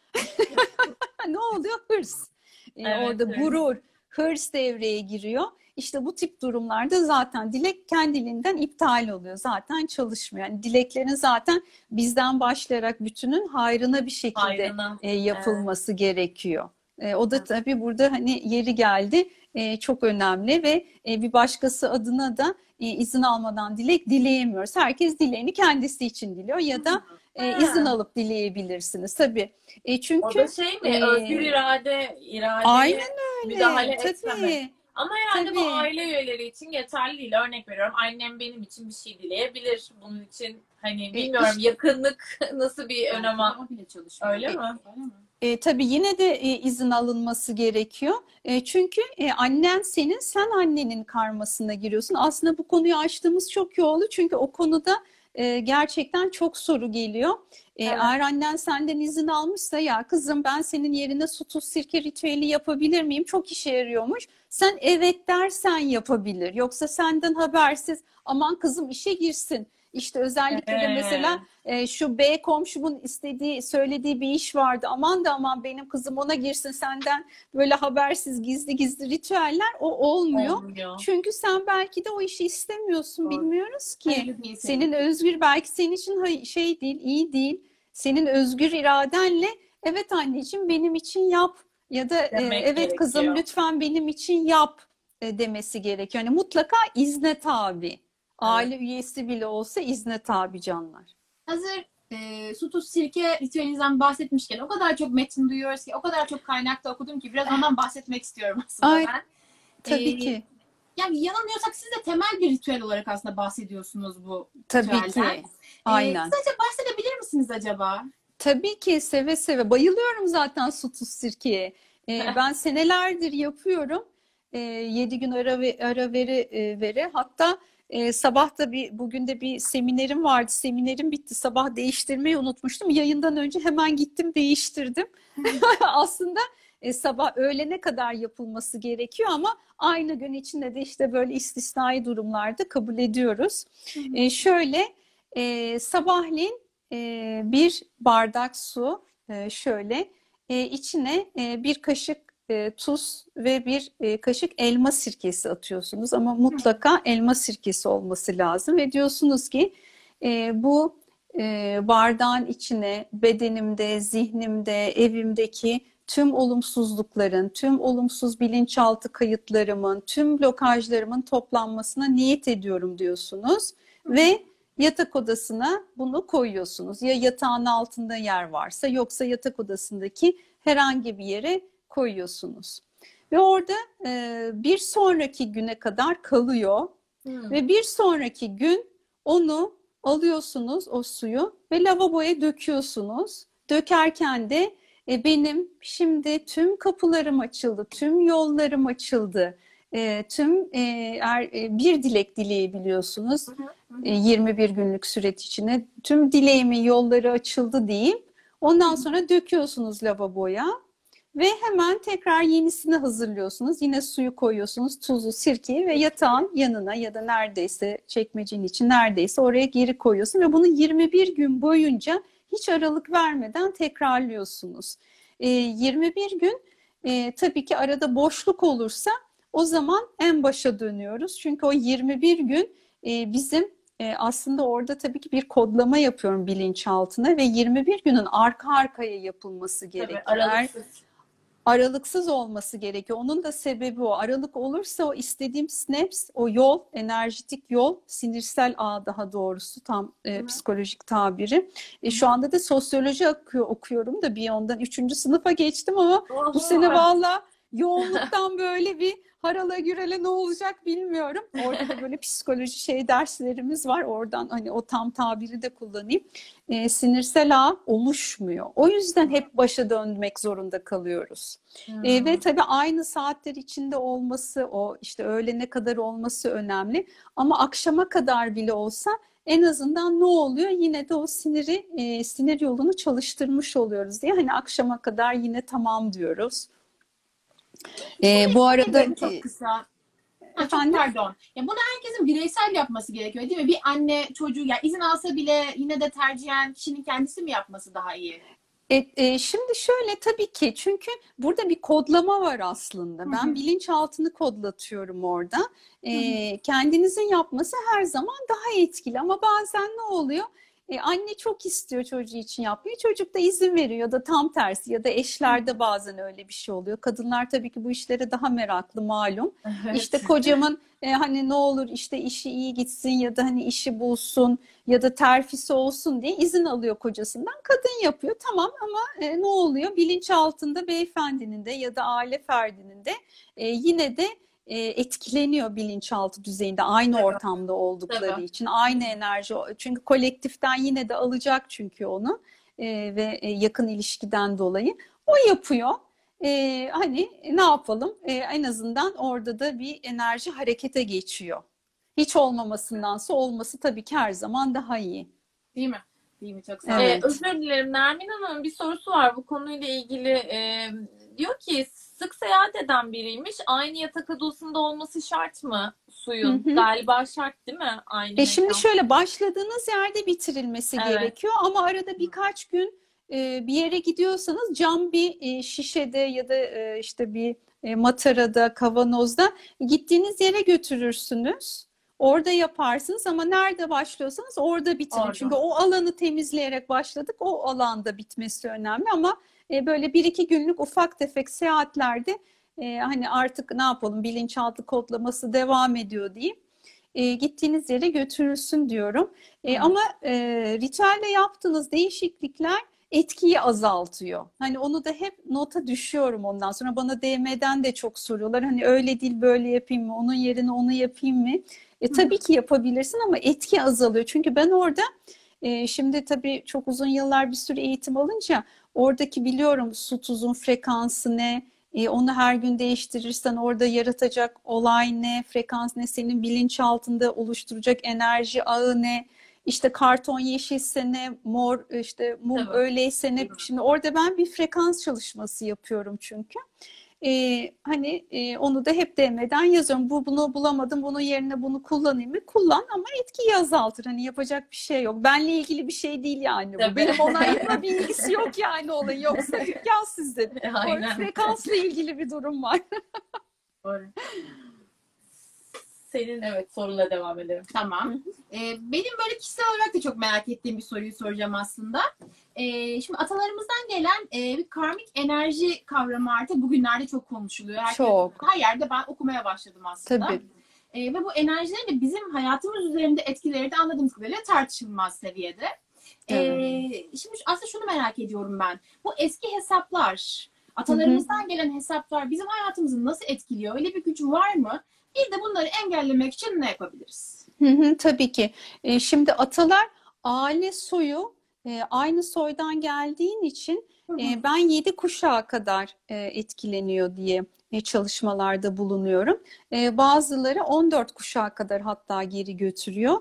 Ne oluyor? Hırs. Evet, Orada evet. gurur, hırs devreye giriyor. İşte bu tip durumlarda zaten dilek kendiliğinden iptal oluyor. Zaten çalışmıyor. Yani dileklerin zaten bizden başlayarak bütünün hayrına bir şekilde Hayrına. yapılması gerekiyor. O da tabii burada hani yeri geldi çok önemli ve bir başkası adına da izin almadan dilek dileyemiyoruz. Herkes dileğini kendisi için diliyor ya da izin alıp dileyebilirsiniz. Tabii. O Çünkü da şey mi? Özgür iradeye aynen müdahale öyle. etmemek. Tabii. Ama herhalde bu Tabii. aile üyeleri için geçerli değil. Örnek veriyorum, annem benim için bir şey dileyebilir. Bunun için hani bilmiyorum, işte- yakınlık nasıl bir önem O bile çalışıyor. öyle mi? Öyle mi? Tabii yine de izin alınması gerekiyor. Çünkü annen senin, sen annenin karmasına giriyorsun. Aslında bu konuyu açtığımız çok iyi oldu. Çünkü o konuda gerçekten çok soru geliyor. Evet. Eğer annen senden izin almışsa, ya kızım ben senin yerine su tuz sirke ritüeli yapabilir miyim? Çok işe yarıyormuş. Sen evet dersen yapabilir. Yoksa senden habersiz aman kızım işe girsin. İşte özellikle de mesela şu B komşumun söylediği bir iş vardı. Aman da aman benim kızım ona girsin, senden böyle habersiz gizli gizli ritüeller, o olmuyor. Olmuyor. Çünkü sen belki de o işi istemiyorsun, Doğru. bilmiyoruz ki. Hayırlı değil Senin özgür, belki senin için şey değil, iyi değil. Senin özgür iradenle evet anneciğim benim için yap ya da Demek evet kızım gerekiyor. lütfen benim için yap demesi gerekiyor. Yani mutlaka izne tabi. Aile üyesi bile olsa izne tabi canlar. Hazır su tuz sirke ritüelinizden bahsetmişken o kadar çok metin duyuyoruz ki, o kadar çok kaynakta okudum ki biraz ondan bahsetmek istiyorum aslında Ay, ben. Tabii ki. Yani yanılmıyorsak siz de temel bir ritüel olarak aslında bahsediyorsunuz bu Tabii ritüelden. ki. Aynen. Kısaca bahsedebilir misiniz acaba? Tabii ki seve seve. Bayılıyorum zaten su tuz sirkeye. Ben senelerdir yapıyorum. 7 gün ara vere. Hatta sabah da bugün de bir seminerim vardı. Seminerim bitti. Sabah değiştirmeyi unutmuştum. Yayından önce hemen gittim değiştirdim. Aslında sabah öğlene kadar yapılması gerekiyor ama aynı gün içinde de işte böyle istisnai durumlarda kabul ediyoruz. Şöyle sabahleyin bir bardak su şöyle içine bir kaşık tuz ve bir kaşık elma sirkesi atıyorsunuz ama mutlaka elma sirkesi olması lazım ve diyorsunuz ki bu bardağın içine bedenimde, zihnimde, evimdeki tüm olumsuzlukların, tüm olumsuz bilinçaltı kayıtlarımın, tüm blokajlarımın toplanmasına niyet ediyorum diyorsunuz ve yatak odasına bunu koyuyorsunuz. Ya yatağın altında yer varsa yoksa yatak odasındaki herhangi bir yere koyuyorsunuz. Ve orada bir sonraki güne kadar kalıyor. Ve bir sonraki gün onu alıyorsunuz o suyu ve lavaboya döküyorsunuz. Dökerken de benim şimdi tüm kapılarım açıldı, tüm yollarım açıldı. Bir dilek dileyebiliyorsunuz 21 günlük süreç içine. Tüm dileğimin yolları açıldı diyeyim. Ondan sonra döküyorsunuz lavaboya ve hemen tekrar yenisini hazırlıyorsunuz. Yine suyu koyuyorsunuz, tuzu, sirkeyi ve yatağın yanına ya da neredeyse çekmecenin için neredeyse oraya geri koyuyorsun ve bunu 21 gün boyunca hiç aralık vermeden tekrarlıyorsunuz. 21 gün tabii ki arada boşluk olursa o zaman en başa dönüyoruz. Çünkü o 21 gün bizim aslında orada tabii ki bir kodlama yapıyorum bilinçaltına ve 21 günün arka arkaya yapılması gerekiyor. Aralıksız. Aralıksız olması gerekiyor. Onun da sebebi o. Aralık olursa o istediğim snaps, o yol, enerjitik yol, sinirsel ağ daha doğrusu tam psikolojik tabiri. Şu anda da sosyoloji okuyorum da bir yandan 3. sınıfa geçtim ama bu sene valla yoğunluktan böyle bir harala gürele ne olacak bilmiyorum. Orada da böyle psikoloji derslerimiz var. Oradan hani o tam tabiri de kullanayım. Sinirsel ağ oluşmuyor. O yüzden hep başa dönmek zorunda kalıyoruz. Ve tabii aynı saatler içinde olması, o işte öğlene kadar olması önemli. Ama akşama kadar bile olsa en azından ne oluyor? Yine de o sinir yolunu çalıştırmış oluyoruz diye. Hani akşama kadar yine tamam diyoruz. Bu arada çok kısa. Efendim? Çok pardon. Ya bunu herkesin bireysel yapması gerekiyor değil mi? Bir anne çocuğu ya izin alsa bile yine de tercihen kişinin kendisi mi yapması daha iyi? Şimdi şöyle tabii ki çünkü burada bir kodlama var aslında. Ben bilinçaltını kodlatıyorum orada. Kendinizin yapması her zaman daha etkili ama bazen ne oluyor? Anne çok istiyor çocuğu için yapmayı. Çocuk da izin veriyor ya da tam tersi ya da eşlerde bazen öyle bir şey oluyor. Kadınlar tabii ki bu işlere daha meraklı malum. Evet. İşte kocamın hani ne olur işte işi iyi gitsin ya da hani işi bulsun ya da terfisi olsun diye izin alıyor kocasından. Kadın yapıyor tamam ama ne oluyor? Bilinç altında beyefendinin de ya da aile ferdinin de yine de etkileniyor bilinçaltı düzeyinde aynı ortamda oldukları için aynı enerji çünkü kolektiften yine de alacak çünkü onu ve yakın ilişkiden dolayı o yapıyor. Hani ne yapalım en azından orada da bir enerji harekete geçiyor. Hiç olmamasındansa olması tabii ki her zaman daha iyi. Değil mi? Değil mi? Çok sağ olun. Evet. Özür dilerim. Nermin Hanım'ın bir sorusu var bu konuyla ilgili. Diyor ki sık seyahat eden biriymiş. Aynı yatak odasında olması şart mı suyun? Galiba şart değil mi? Aynı Şimdi mekan. şöyle başladığınız yerde bitirilmesi gerekiyor ama arada birkaç gün bir yere gidiyorsanız cam bir şişede ya da işte bir matarada, kavanozda gittiğiniz yere götürürsünüz. Orada yaparsınız ama nerede başlıyorsanız orada bitirin. Orada. Çünkü o alanı temizleyerek başladık. O alanda bitmesi önemli ama böyle 1-2 günlük ufak tefek seyahatlerde hani artık ne yapalım bilinçaltı kodlaması devam ediyor diyeyim. Gittiğiniz yere götürülsün diyorum. Ama ritüelde yaptığınız değişiklikler etkiyi azaltıyor. Hani onu da hep nota düşüyorum ondan sonra. Bana DM'den de çok soruyorlar. Hani öyle değil böyle yapayım mı? Onun yerine onu yapayım mı? Tabii ki yapabilirsin ama etki azalıyor. Çünkü ben orada şimdi tabii çok uzun yıllar bir sürü eğitim alınca oradaki biliyorum su tuzun frekansı ne, onu her gün değiştirirsen orada yaratacak olay ne, frekans ne, senin bilinçaltında oluşturacak enerji ağı ne, işte karton yeşilse ne, mor işte mum Tabii. öyleyse ne. Şimdi orada ben bir frekans çalışması yapıyorum çünkü. Hani onu da hep demeden yazıyorum. Bunu bulamadım, bunun yerine bunu kullanayım mı? Kullan ama etkiyi azaltır. Hani yapacak bir şey yok. Benle ilgili bir şey değil yani bu. Tabii. Benim onayımla bir ilgisi yok yani olayın. Yoksa dükkan sizde. Orada Aynen. frekansla ilgili bir durum var. Doğru. Senin evet sorunla devam edelim. Tamam. Benim böyle kişisel olarak da çok merak ettiğim bir soruyu soracağım aslında. Şimdi atalarımızdan gelen bir karmik enerji kavramı artık bugünlerde çok konuşuluyor. Çok. Her yerde ben okumaya başladım aslında. Tabii. Ve bu enerjilerin de bizim hayatımız üzerinde etkileri de anladığımız kadarıyla tartışılmaz seviyede. Şimdi aslında şunu merak ediyorum ben. Bu eski hesaplar, atalarımızdan gelen hesaplar bizim hayatımızı nasıl etkiliyor? Öyle bir gücü var mı? Bir de bunları engellemek için ne yapabiliriz? Tabii ki. Şimdi atalar aile soyu aynı soydan geldiğin için ben 7 kuşağa kadar etkileniyor diye çalışmalarda bulunuyorum. Bazıları 14 kuşağa kadar hatta geri götürüyor.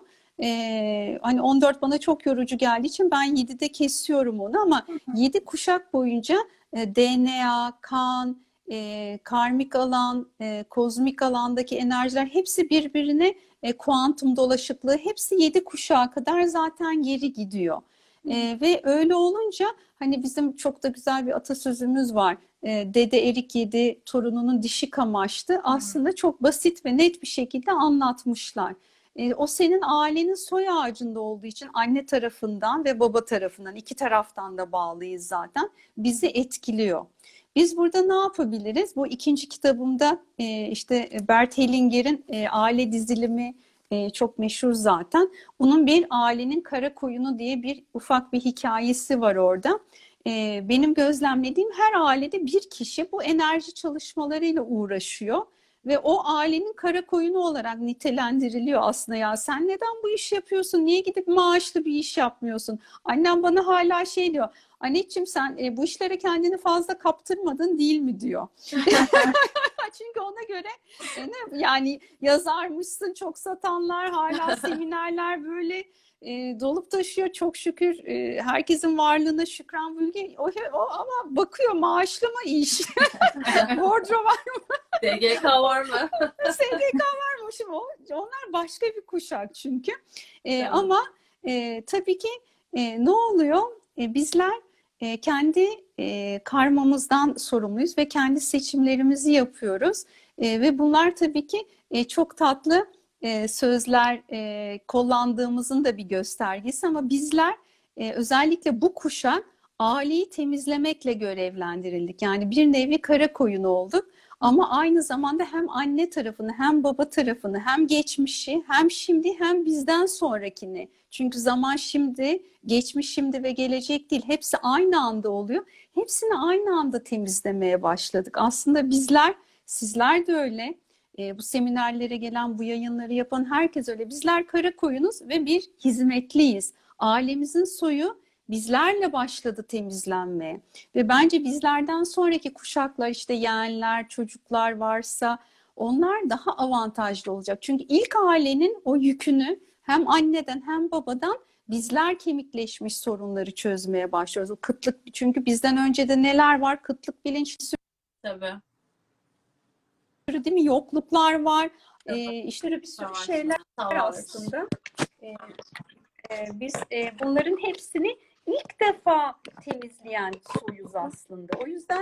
Hani 14 bana çok yorucu geldiği için ben 7'de kesiyorum onu ama 7 kuşak boyunca DNA, kan, karmik alan, kozmik alandaki enerjiler hepsi birbirine kuantum dolaşıklığı hepsi 7 kuşağa kadar zaten geri gidiyor. Ve öyle olunca hani bizim çok da güzel bir atasözümüz var. Dede erik yedi, torununun dişi kamaştı. Aslında çok basit ve net bir şekilde anlatmışlar. O senin ailenin soy ağacında olduğu için anne tarafından ve baba tarafından iki taraftan da bağlıyız zaten. Bizi etkiliyor. Biz burada ne yapabiliriz? Bu ikinci kitabımda işte Bert Hellinger'in aile dizilimi çok meşhur zaten. Bunun bir ailenin kara koyunu diye bir ufak bir hikayesi var orada. Benim gözlemlediğim her ailede bir kişi bu enerji çalışmalarıyla uğraşıyor. Ve o ailenin kara koyunu olarak nitelendiriliyor aslında ya. Sen neden bu işi yapıyorsun? Niye gidip maaşlı bir iş yapmıyorsun? Annem bana hala şey diyor. Anneciğim sen bu işlere kendini fazla kaptırmadın değil mi diyor. Çünkü ona göre yani yazarmışsın çok satanlar hala seminerler böyle dolup taşıyor çok şükür herkesin varlığına şükran bilgi o ama bakıyor maaşlı mı iş bordro var mı SGK var mı? SGK var mı şimdi onlar başka bir kuşak çünkü ama tabii ki ne oluyor bizler kendi karmamızdan sorumluyuz ve kendi seçimlerimizi yapıyoruz ve bunlar tabii ki çok tatlı sözler kullandığımızın da bir göstergesi ama bizler özellikle bu kuşak aileyi temizlemekle görevlendirildik. Yani bir nevi kara koyun olduk ama aynı zamanda hem anne tarafını hem baba tarafını hem geçmişi hem şimdi hem bizden sonrakini. Çünkü zaman şimdi, geçmiş şimdi ve gelecek değil. Hepsi aynı anda oluyor. Hepsini aynı anda temizlemeye başladık. Aslında bizler, sizler de öyle. Bu seminerlere gelen, bu yayınları yapan herkes öyle. Bizler kara koyunuz ve bir hizmetliyiz. Ailemizin soyu bizlerle başladı temizlenmeye. Ve bence bizlerden sonraki kuşaklar işte yeğenler, çocuklar varsa onlar daha avantajlı olacak. Çünkü ilk ailenin o yükünü hem anneden hem babadan bizler kemikleşmiş sorunları çözmeye başlıyoruz. O kıtlık çünkü bizden önce de neler var? Kıtlık bilinç Tabii. değil mi? Yokluklar var. Evet. İşte bir sürü Savaş, şeyler savaş. aslında. Biz bunların hepsini ilk defa temizleyen soyuz aslında. O yüzden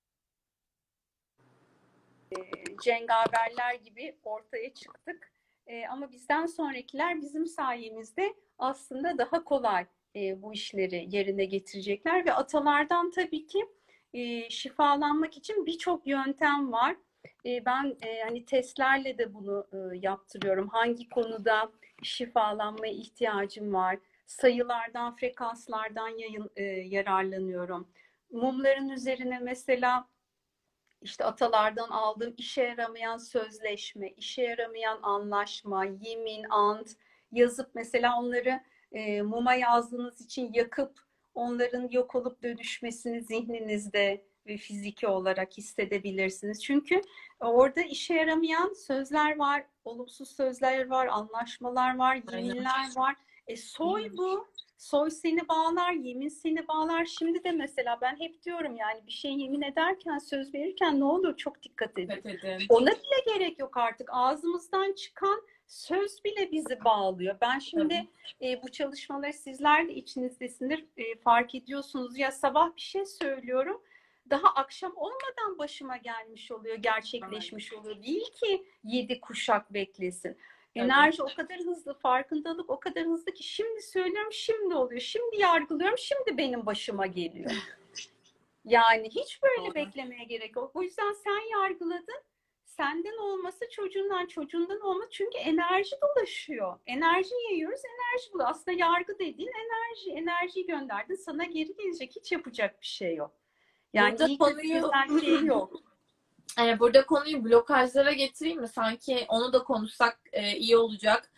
cengaverler gibi ortaya çıktık. Ama bizden sonrakiler bizim sayemizde aslında daha kolay bu işleri yerine getirecekler ve atalardan tabii ki şifalanmak için birçok yöntem var. Ben hani testlerle de bunu yaptırıyorum. Hangi konuda şifalanmaya ihtiyacım var? sayılardan, frekanslardan yararlanıyorum. Mumların üzerine mesela işte atalardan aldığım işe yaramayan sözleşme, işe yaramayan anlaşma, yemin, ant yazıp mesela onları muma yazdığınız için yakıp onların yok olup dönüşmesini zihninizde ve fiziki olarak hissedebilirsiniz. Çünkü orada işe yaramayan sözler var, olumsuz sözler var, anlaşmalar var, yeminler var. Soy bu. Soy seni bağlar, yemin seni bağlar. Şimdi de mesela ben hep diyorum yani bir şey yemin ederken, söz verirken ne olur çok dikkat edin. Ona bile gerek yok artık. Ağzımızdan çıkan söz bile bizi bağlıyor. Ben şimdi bu çalışmaları sizler de içinizdesindir, fark ediyorsunuz. Ya sabah bir şey söylüyorum. Daha akşam olmadan başıma gelmiş oluyor, gerçekleşmiş oluyor. Değil ki 7 kuşak beklesin. Enerji o kadar hızlı, farkındalık o kadar hızlı ki şimdi söylüyorum, şimdi oluyor. Şimdi yargılıyorum, şimdi benim başıma geliyor. Yani hiç böyle beklemeye gerek yok. O yüzden sen yargıladın. Senden olması çocuğundan, çocuğundan olması. Çünkü enerji dolaşıyor. Enerji yayıyoruz, enerji buluyor. Aslında yargı dediğin enerji. Enerjiyi gönderdin, sana geri gelecek. Hiç yapacak bir şey yok. Yani burada iyi şey yok. Burada konuyu blokajlara getireyim mi? Sanki onu da konuşsak iyi olacak.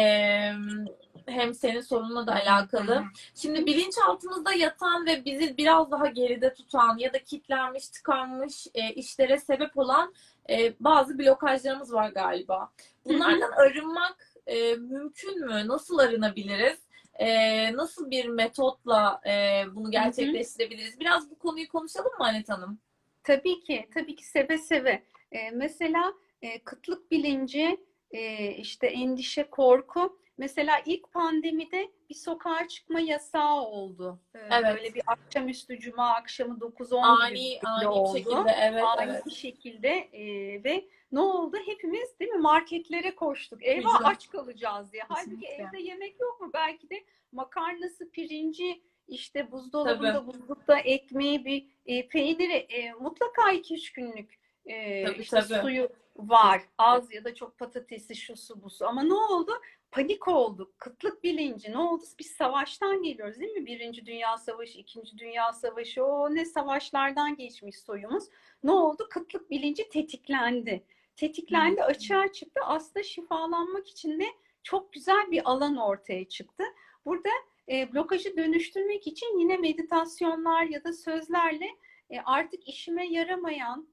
Hem senin sorunla da alakalı. Şimdi bilinçaltımızda yatan ve bizi biraz daha geride tutan ya da kilitlenmiş, tıkanmış işlere sebep olan bazı blokajlarımız var galiba. Bunlardan arınmak mümkün mü? Nasıl arınabiliriz? Nasıl bir metotla bunu gerçekleştirebiliriz? Biraz bu konuyu konuşalım mı Anet Hanım? Tabii ki, tabii ki seve seve. Mesela kıtlık bilinci, işte endişe, korku. Mesela ilk pandemide bir sokağa çıkma yasağı oldu. Evet. Böyle bir akşamüstü cuma akşamı 9-10 gibi oldu. Bir şekilde, evet, ani bir şekilde ve ne oldu? Hepimiz değil mi marketlere koştuk. Eyvah aç kalacağız diye. Halbuki evde yemek yok mu? Belki de makarnası, pirinci, işte buzdolabında, buzlukta ekmeği, bir peyniri mutlaka 2-3 günlük suyu var. Az ya da çok patatesi, şusu busu. Ama ne oldu? Panik olduk. Kıtlık bilinci. Ne oldu? Biz savaştan geliyoruz değil mi? Birinci Dünya Savaşı, İkinci Dünya Savaşı. O ne savaşlardan geçmiş soyumuz. Ne oldu? Kıtlık bilinci tetiklendi. Tetiklendi, açığa çıktı. Aslında şifalanmak için de çok güzel bir alan ortaya çıktı. Burada blokajı dönüştürmek için yine meditasyonlar ya da sözlerle artık işime yaramayan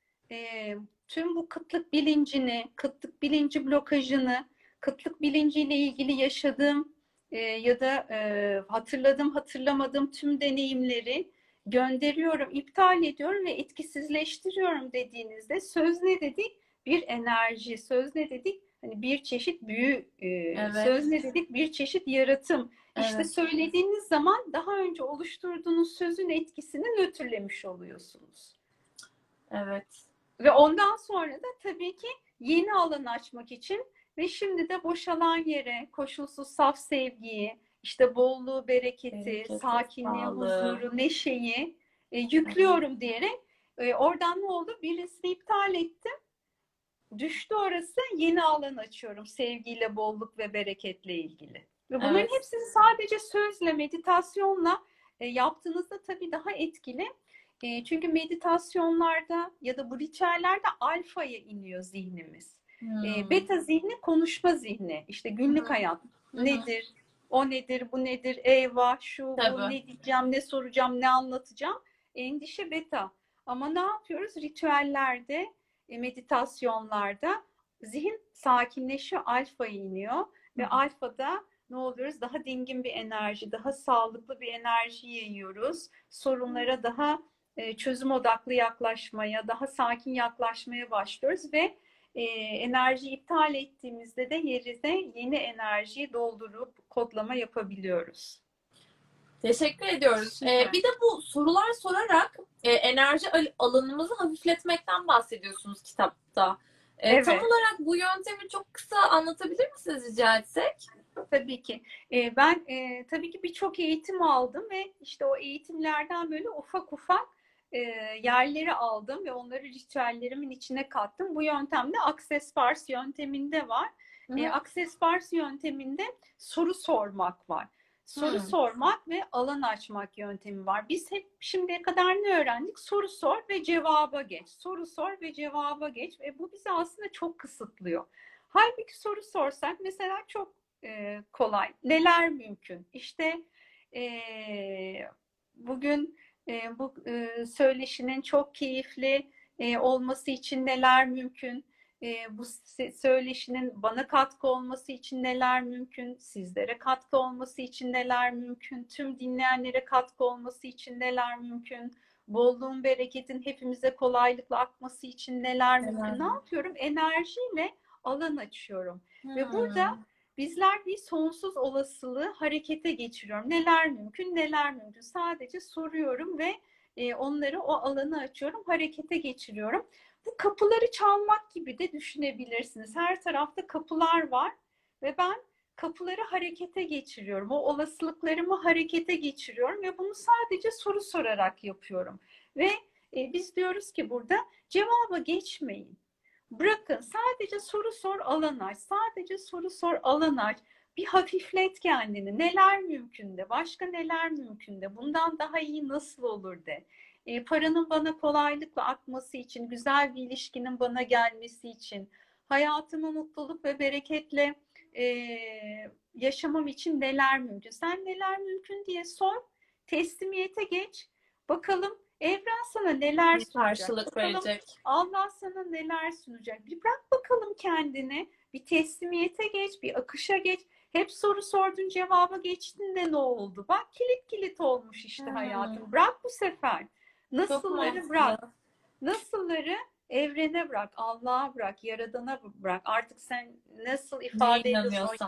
tüm bu kıtlık bilincini, kıtlık bilinci blokajını, kıtlık bilinciyle ilgili yaşadığım ya da hatırlamadığım tüm deneyimleri gönderiyorum, iptal ediyorum ve etkisizleştiriyorum dediğinizde söz ne dedik? Bir enerji. Söz ne dedik? Hani bir çeşit büyü. Söz ne dedik? Bir çeşit yaratım. İşte söylediğiniz zaman daha önce oluşturduğunuz sözün etkisini nötrlemiş oluyorsunuz. Evet. Ve ondan sonra da tabii ki yeni alan açmak için ve şimdi de boşalan yere koşulsuz saf sevgiyi, işte bolluğu, bereketi, sakinliği, huzuru, neşeyi yüklüyorum diyerek oradan ne oldu? Birisini iptal ettim. Düştü orası, yeni alan açıyorum sevgiyle, bolluk ve bereketle ilgili. Ve bunların hepsini sadece sözle, meditasyonla yaptığınızda tabii daha etkili. Çünkü meditasyonlarda ya da bu ritüellerde alfaya iniyor zihnimiz. Beta zihni konuşma zihni. İşte günlük hayat. Nedir? O nedir? Bu nedir? Eyvah, şu, bu, ne diyeceğim, ne soracağım, ne anlatacağım? Endişe beta. Ama ne yapıyoruz? Ritüellerde, meditasyonlarda zihin sakinleşiyor, alfaya iniyor. Ve alfada ne oluyoruz? Daha dingin bir enerji, daha sağlıklı bir enerji yayıyoruz. Sorunlara daha çözüm odaklı yaklaşmaya, daha sakin yaklaşmaya başlıyoruz ve enerji iptal ettiğimizde de yerine yeni enerjiyi doldurup kodlama yapabiliyoruz. Teşekkür ediyoruz. Bir de bu sorular sorarak enerji alanımızı hafifletmekten bahsediyorsunuz kitapta. Tam olarak bu yöntemi çok kısa anlatabilir misiniz rica etsek? Tabii ki. Ben tabii ki birçok eğitim aldım ve işte o eğitimlerden böyle ufak ufak yerleri aldım ve onları ritüellerimin içine kattım. Bu yöntemde Access Bars yönteminde var. Access Bars yönteminde soru sormak var. Soru sormak ve alan açmak yöntemi var. Biz hep şimdiye kadar ne öğrendik? Soru sor ve cevaba geç. Soru sor ve cevaba geç. Ve bu bizi aslında çok kısıtlıyor. Halbuki soru sorsak mesela çok kolay. Neler mümkün? İşte bugün bu söyleşinin çok keyifli olması için neler mümkün? Bu söyleşinin bana katkı olması için neler mümkün? Sizlere katkı olması için neler mümkün? Tüm dinleyenlere katkı olması için neler mümkün? Bolluğun, bereketin hepimize kolaylıkla akması için neler mümkün? Ne yapıyorum? Enerjiyle alan açıyorum. Ve burada bizler bir sonsuz olasılığı harekete geçiriyorum. Neler mümkün, neler mümkün? Sadece soruyorum ve onları, o alanı açıyorum, harekete geçiriyorum. Bu kapıları çalmak gibi de düşünebilirsiniz. Her tarafta kapılar var ve ben kapıları harekete geçiriyorum. O olasılıklarımı harekete geçiriyorum ve bunu sadece soru sorarak yapıyorum. Ve biz diyoruz ki burada cevaba geçmeyin. Bırakın, sadece soru sor, alan aç. Sadece soru sor, alan aç. Bir hafiflet kendini. Neler mümkün de, başka neler mümkün de, bundan daha iyi nasıl olur de. Paranın bana kolaylıkla akması için, güzel bir ilişkinin bana gelmesi için, hayatımı mutluluk ve bereketle yaşamam için neler mümkün? Sen neler mümkün diye sor, teslimiyete geç. Bakalım evren sana neler sunacak? Karşılık Bakalım verecek. Allah sana neler sunacak? Bir bırak bakalım kendini, bir teslimiyete geç, bir akışa geç. Hep soru sordun, cevaba geçtin de ne oldu? Bak kilit kilit olmuş işte hayatım. Bırak bu sefer. Nasılları bırak. Nasılları evrene bırak, Allah'a bırak, Yaradan'a bırak. Artık sen nasıl ifade ediyorsun,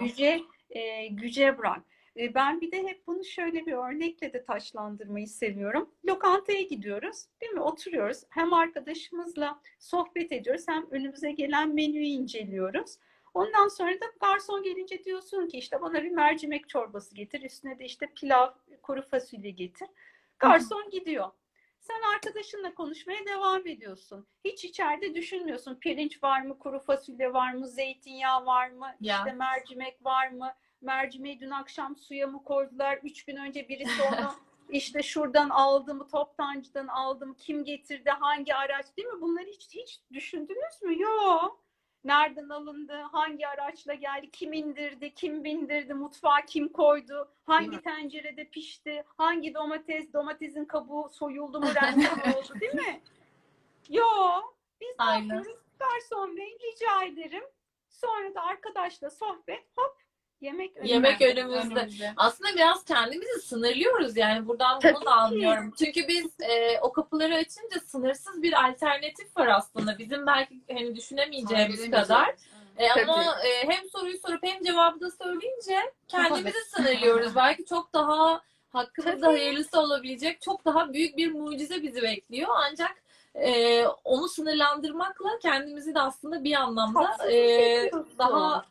güce bırak. Ben bir de hep bunu şöyle bir örnekle de taçlandırmayı seviyorum. Lokantaya gidiyoruz, değil mi? Oturuyoruz. Hem arkadaşımızla sohbet ediyoruz, hem önümüze gelen menüyü inceliyoruz. Ondan sonra da garson gelince diyorsun ki işte bana bir mercimek çorbası getir, üstüne de işte pilav, kuru fasulye getir. Garson gidiyor. Sen arkadaşınla konuşmaya devam ediyorsun. Hiç içeride düşünmüyorsun. Pirinç var mı, kuru fasulye var mı, zeytinyağı var mı, işte mercimek var mı? Mercimeği dün akşam suya mı koydular? 3 gün önce birisi onu işte şuradan aldı mı, toptancıdan aldı mı, kim getirdi, hangi araç, değil mi? Bunları hiç düşündünüz mü? Yok. Nereden alındı, hangi araçla geldi, kim indirdi, kim bindirdi, mutfağa kim koydu, hangi tencerede pişti, hangi domatesin kabuğu soyuldu mu, rengi oldu, değil mi? Yok. Biz ne yapıyoruz? Garson bey rica ederim. Sonra da arkadaşla sohbet, hop, yemek önümüzde. Aslında biraz kendimizi sınırlıyoruz yani buradan bunu da anlıyorum. Çünkü biz o kapıları açınca sınırsız bir alternatif var aslında. Bizim belki hani düşünemeyeceğimiz kadar. Ama hem soruyu sorup hem cevabı da söyleyince kendimizi sınırlıyoruz. Belki çok daha hakkımızda hayırlısı olabilecek çok daha büyük bir mucize bizi bekliyor. Ancak onu sınırlandırmakla kendimizi de aslında bir anlamda daha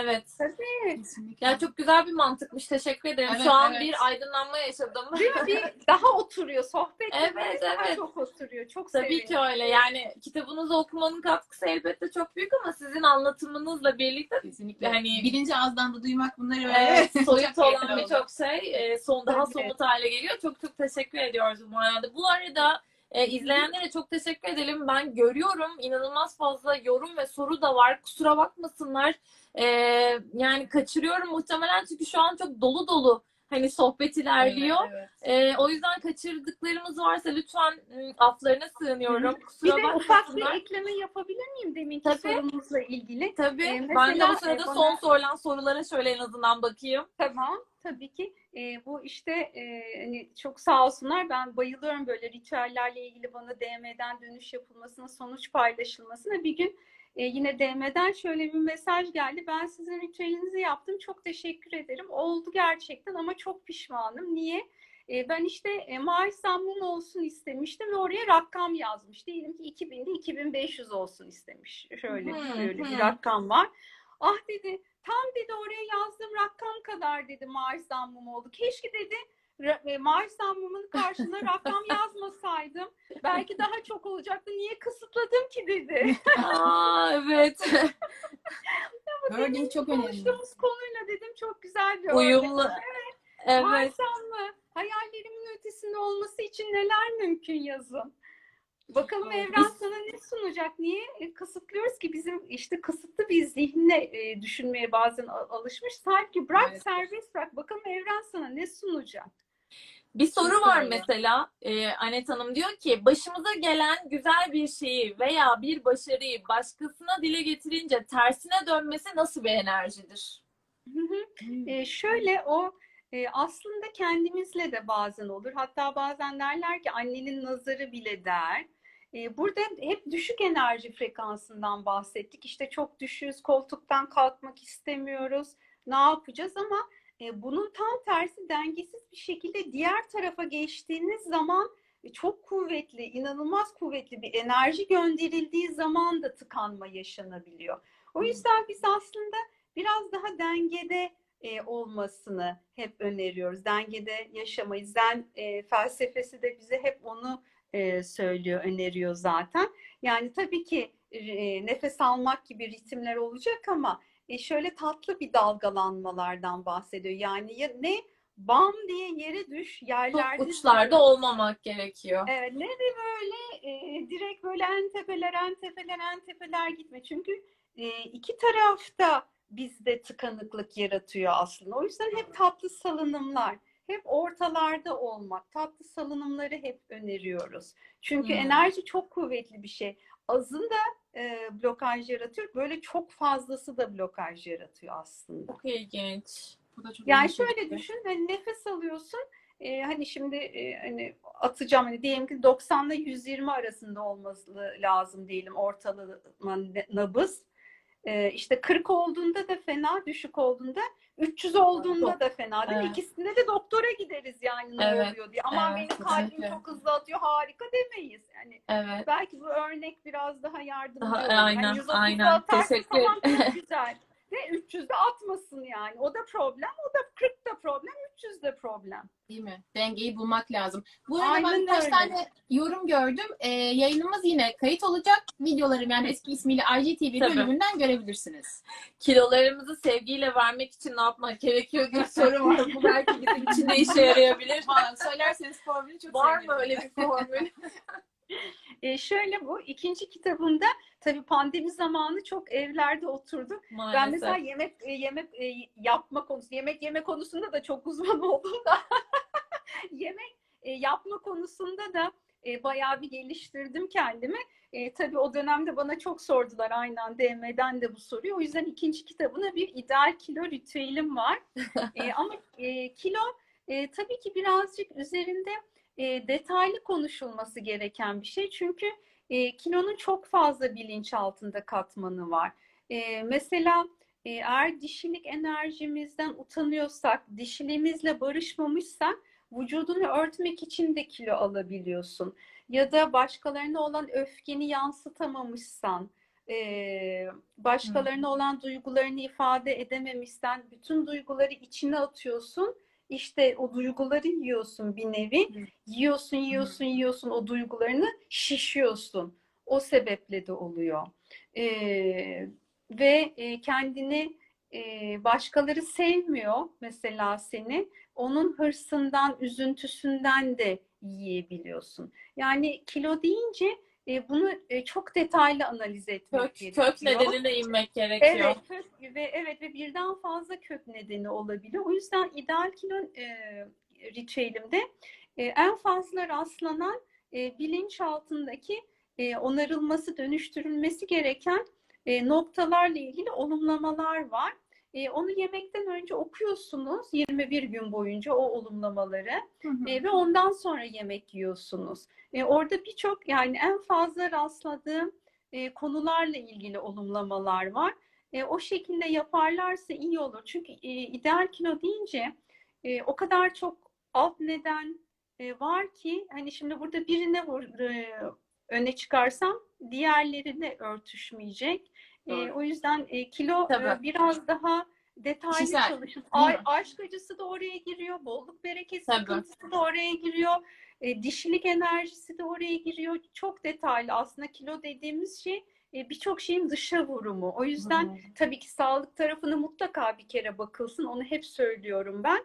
Tabii. Ya çok güzel bir mantıkmış. Teşekkür ederim. Evet, şu an bir aydınlanma yaşadım. Değil mi? Bir daha oturuyor. Sohbet daha çok oturuyor. Çok Tabii ki öyle. Yani kitabınızı okumanın katkısı elbette çok büyük ama sizin anlatımınızla birlikte kesinlikle. hani birinci ağızdan da duymak bunları öyle. soyut olan birçok şey daha somut hale geliyor. Çok çok teşekkür ediyoruz bu arada. Bu arada izleyenlere çok teşekkür edelim. Ben görüyorum inanılmaz fazla yorum ve soru da var. Kusura bakmasınlar. Yani kaçırıyorum muhtemelen çünkü şu an çok dolu dolu hani sohbet ilerliyor. O yüzden kaçırdıklarımız varsa lütfen aflarına sığınıyorum. Kusura bir de bakmasınlar. ufak bir ekleme yapabilir miyim deminki sorumuzla ilgili? Tabii. Ben de bu sırada son sorulan sorulara şöyle en azından bakayım. Tamam. Tabii ki bu işte hani çok sağ olsunlar, ben bayılıyorum böyle ritüellerle ilgili bana DM'den dönüş yapılmasına, sonuç paylaşılmasına. Bir gün yine DM'den şöyle bir mesaj geldi. Ben sizin ritüelinizi yaptım. Çok teşekkür ederim. Oldu gerçekten ama çok pişmanım. Niye? Ben işte maaş zammım olsun istemiştim ve oraya rakam yazmış. Diyelim ki 2000'de 2500 olsun istemiş. Şöyle bir rakam var. Ah dedi, tam dedi oraya yazdığım rakam kadar dedi maaş zammım oldu. Keşke dedi maaş zammımın karşılığında rakam yazmasaydım. Belki daha çok olacaktı. Niye kısıtladım ki dedi. Evet. Wording çok önemli. Konuştuğumuz konuyla dedim çok güzel bir uyumlu. Evet. Evet. Varsam mı? Hayallerimin ötesinde olması için neler mümkün yazın. Bakalım evren sana ne sunacak? Niye kısıtlıyoruz ki? Bizim işte kısıtlı bir zihinle düşünmeye bazen alışmış. Sanki bırak, Evet. serbest bırak. Bakalım evren sana ne sunacak? Bir soru var Öyle. mesela. Anet Hanım diyor ki başımıza gelen güzel bir şeyi veya bir başarıyı başkasına dile getirince tersine dönmesi nasıl bir enerjidir? Şöyle o aslında kendimizle de bazen olur. Hatta bazen derler ki annenin nazarı bile der. Burada hep düşük enerji frekansından bahsettik. İşte çok düşüğüz, koltuktan kalkmak istemiyoruz. Ne yapacağız ama bunun tam tersi dengesiz bir şekilde diğer tarafa geçtiğiniz zaman çok kuvvetli, inanılmaz kuvvetli bir enerji gönderildiği zaman da tıkanma yaşanabiliyor. O yüzden biz aslında biraz daha dengede olmasını hep öneriyoruz. Dengede yaşamayı. Zen felsefesi de bize hep onu söylüyor, öneriyor zaten. Yani tabii ki nefes almak gibi ritimler olacak ama şöyle tatlı bir dalgalanmalardan bahsediyor. Yani ne bam diye yere düş, Çok yerlerde uçlarda olmamak gerekiyor. evet, ne de böyle direkt böyle en tepeler gitme. Çünkü iki tarafta bizde tıkanıklık yaratıyor aslında. O yüzden hep tatlı salınımlar, hep ortalarda olmak, tatlı salınımları hep öneriyoruz. Çünkü enerji çok kuvvetli bir şey. Azın da blokaj yaratıyor. Böyle çok fazlası da blokaj yaratıyor aslında. Çok ilginç. Bu da çok Yani ilginç şöyle bir düşün, hani nefes alıyorsun, hani şimdi hani atacağım, hani diyelim ki 90 ile 120 arasında olması lazım diyelim ortalama nabız. İşte 40 olduğunda da fena, düşük olduğunda 300 olduğunda da fena değil mi? Evet. İkisinde de doktora gideriz yani ne Evet, oluyor diye. Aman evet, benim kalbim kesinlikle. çok hızlı atıyor, harika demeyiz. Yani Evet. belki bu örnek biraz daha yardımcı Daha, olur. aynen, Hani 130'da aynen. atarsın, Teşekkür tamam, çok güzel. Ve 300'de atmasın yani. O da problem, o da 40'da problem, 300'de problem. Değil mi? Dengeyi bulmak lazım. Bu arada ben Aynen birkaç öyle. tane yorum gördüm. Yayınımız yine kayıt olacak. Videolarım yani eski ismiyle IGTV Tabii. bölümünden görebilirsiniz. Kilolarımızı sevgiyle vermek için ne yapmak gerekiyor diye soru var. Bu belki bizim için de işe yarayabilir. Bana söylerseniz formülü çok Var sevinirim. mı öyle bir formül? Şöyle, bu ikinci kitabında tabii pandemi zamanı çok evlerde oturduk. Maalesef. Ben mesela yemek yapma konusu, yemek yeme konusunda da çok uzman oldum da yemek yapma konusunda da bayağı bir geliştirdim kendimi. Tabii o dönemde bana çok sordular, aynen DM'den de bu soruyu. O yüzden ikinci kitabına bir ideal kilo ritüelim var. Ama kilo tabii ki birazcık üzerinde detaylı konuşulması gereken bir şey. Çünkü kilonun çok fazla bilinç altında katmanı var. Mesela eğer dişilik enerjimizden utanıyorsak, dişiliğimizle barışmamışsak vücudunu örtmek için de kilo alabiliyorsun. Ya da başkalarına olan öfkeni yansıtamamışsan, başkalarına olan duygularını ifade edememişsen, bütün duyguları içine atıyorsun. İşte o duyguları yiyorsun bir nevi. Yiyorsun o duygularını, şişiyorsun. O sebeple de oluyor. Ve kendini başkaları sevmiyor mesela seni. Onun hırsından, üzüntüsünden de yiyebiliyorsun. Yani kilo deyince bunu çok detaylı analiz etmek gerekiyor. Kök nedenine inmek gerekiyor. Evet, ve birden fazla kök nedeni olabiliyor. O yüzden ideal kilo ritüelimde en fazla rastlanan bilinç altındaki onarılması, dönüştürülmesi gereken noktalarla ilgili olumlamalar var. Onu yemekten önce okuyorsunuz 21 gün boyunca o olumlamaları ve ondan sonra yemek yiyorsunuz. Orada birçok, yani en fazla rastladığım konularla ilgili olumlamalar var. O şekilde yaparlarsa iyi olur. Çünkü ideal kilo deyince o kadar çok alt neden var ki, hani şimdi burada birine öne çıkarsam diğerlerine örtüşmeyecek. O yüzden kilo biraz daha detaylı Kişisel, çalışın. değil mi? Aşk acısı da oraya giriyor, bolluk bereket Tabii. sıkıntısı da oraya giriyor, dişilik enerjisi de oraya giriyor. Çok detaylı aslında kilo dediğimiz şey birçok şeyin dışa vurumu. O yüzden tabii ki sağlık tarafına mutlaka bir kere bakılsın. Onu hep söylüyorum ben.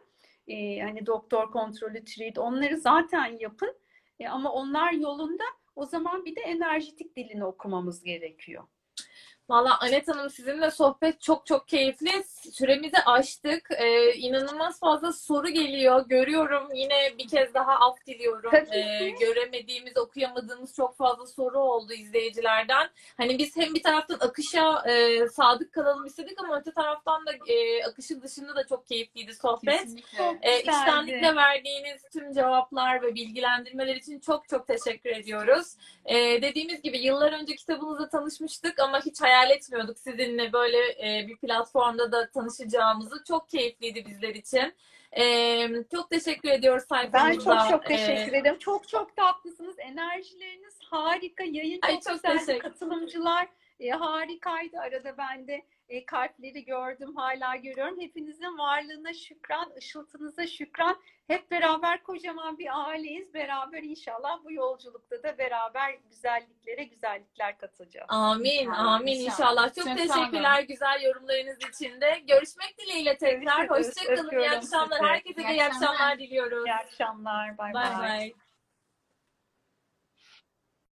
Hani doktor kontrolü, treat, onları zaten yapın. Ama onlar yolunda, o zaman bir de enerjitik dilini okumamız gerekiyor. Valla Anet Hanım, sizinle sohbet çok çok keyifli. Süremizi aştık. İnanılmaz fazla soru geliyor. Görüyorum. Yine bir kez daha af diliyorum. Göremediğimiz, okuyamadığımız çok fazla soru oldu izleyicilerden. Hani biz hem bir taraftan akışa sadık kalalım istedik ama öte taraftan da akışın dışında da çok keyifliydi sohbet. İçtenlikle verdiğiniz tüm cevaplar ve bilgilendirmeler için çok çok teşekkür ediyoruz. Dediğimiz gibi yıllar önce kitabınızla tanışmıştık ama hiç hayal etmiyorduk sizinle böyle bir platformda da tanışacağımızı. Çok keyifliydi bizler için. Çok teşekkür ediyoruz sayfamıza. Ben çok çok teşekkür ederim. Çok çok tatlısınız. Enerjileriniz harika. Yayın çok güzeldi. Katılımcılar harikaydı. Arada ben de kalpleri gördüm. Hala görüyorum. Hepinizin varlığına şükran, ışıltınıza şükran. Hep beraber kocaman bir aileyiz. Beraber inşallah bu yolculukta da beraber güzelliklere güzellikler katacağız. Amin. Amin inşallah. Çok teşekkürler güzel yorumlarınız için de. Görüşmek dileğiyle tekrar. Hoşçakalın. İyi akşamlar. Herkese de iyi akşamlar diliyoruz. İyi akşamlar. Bay bay.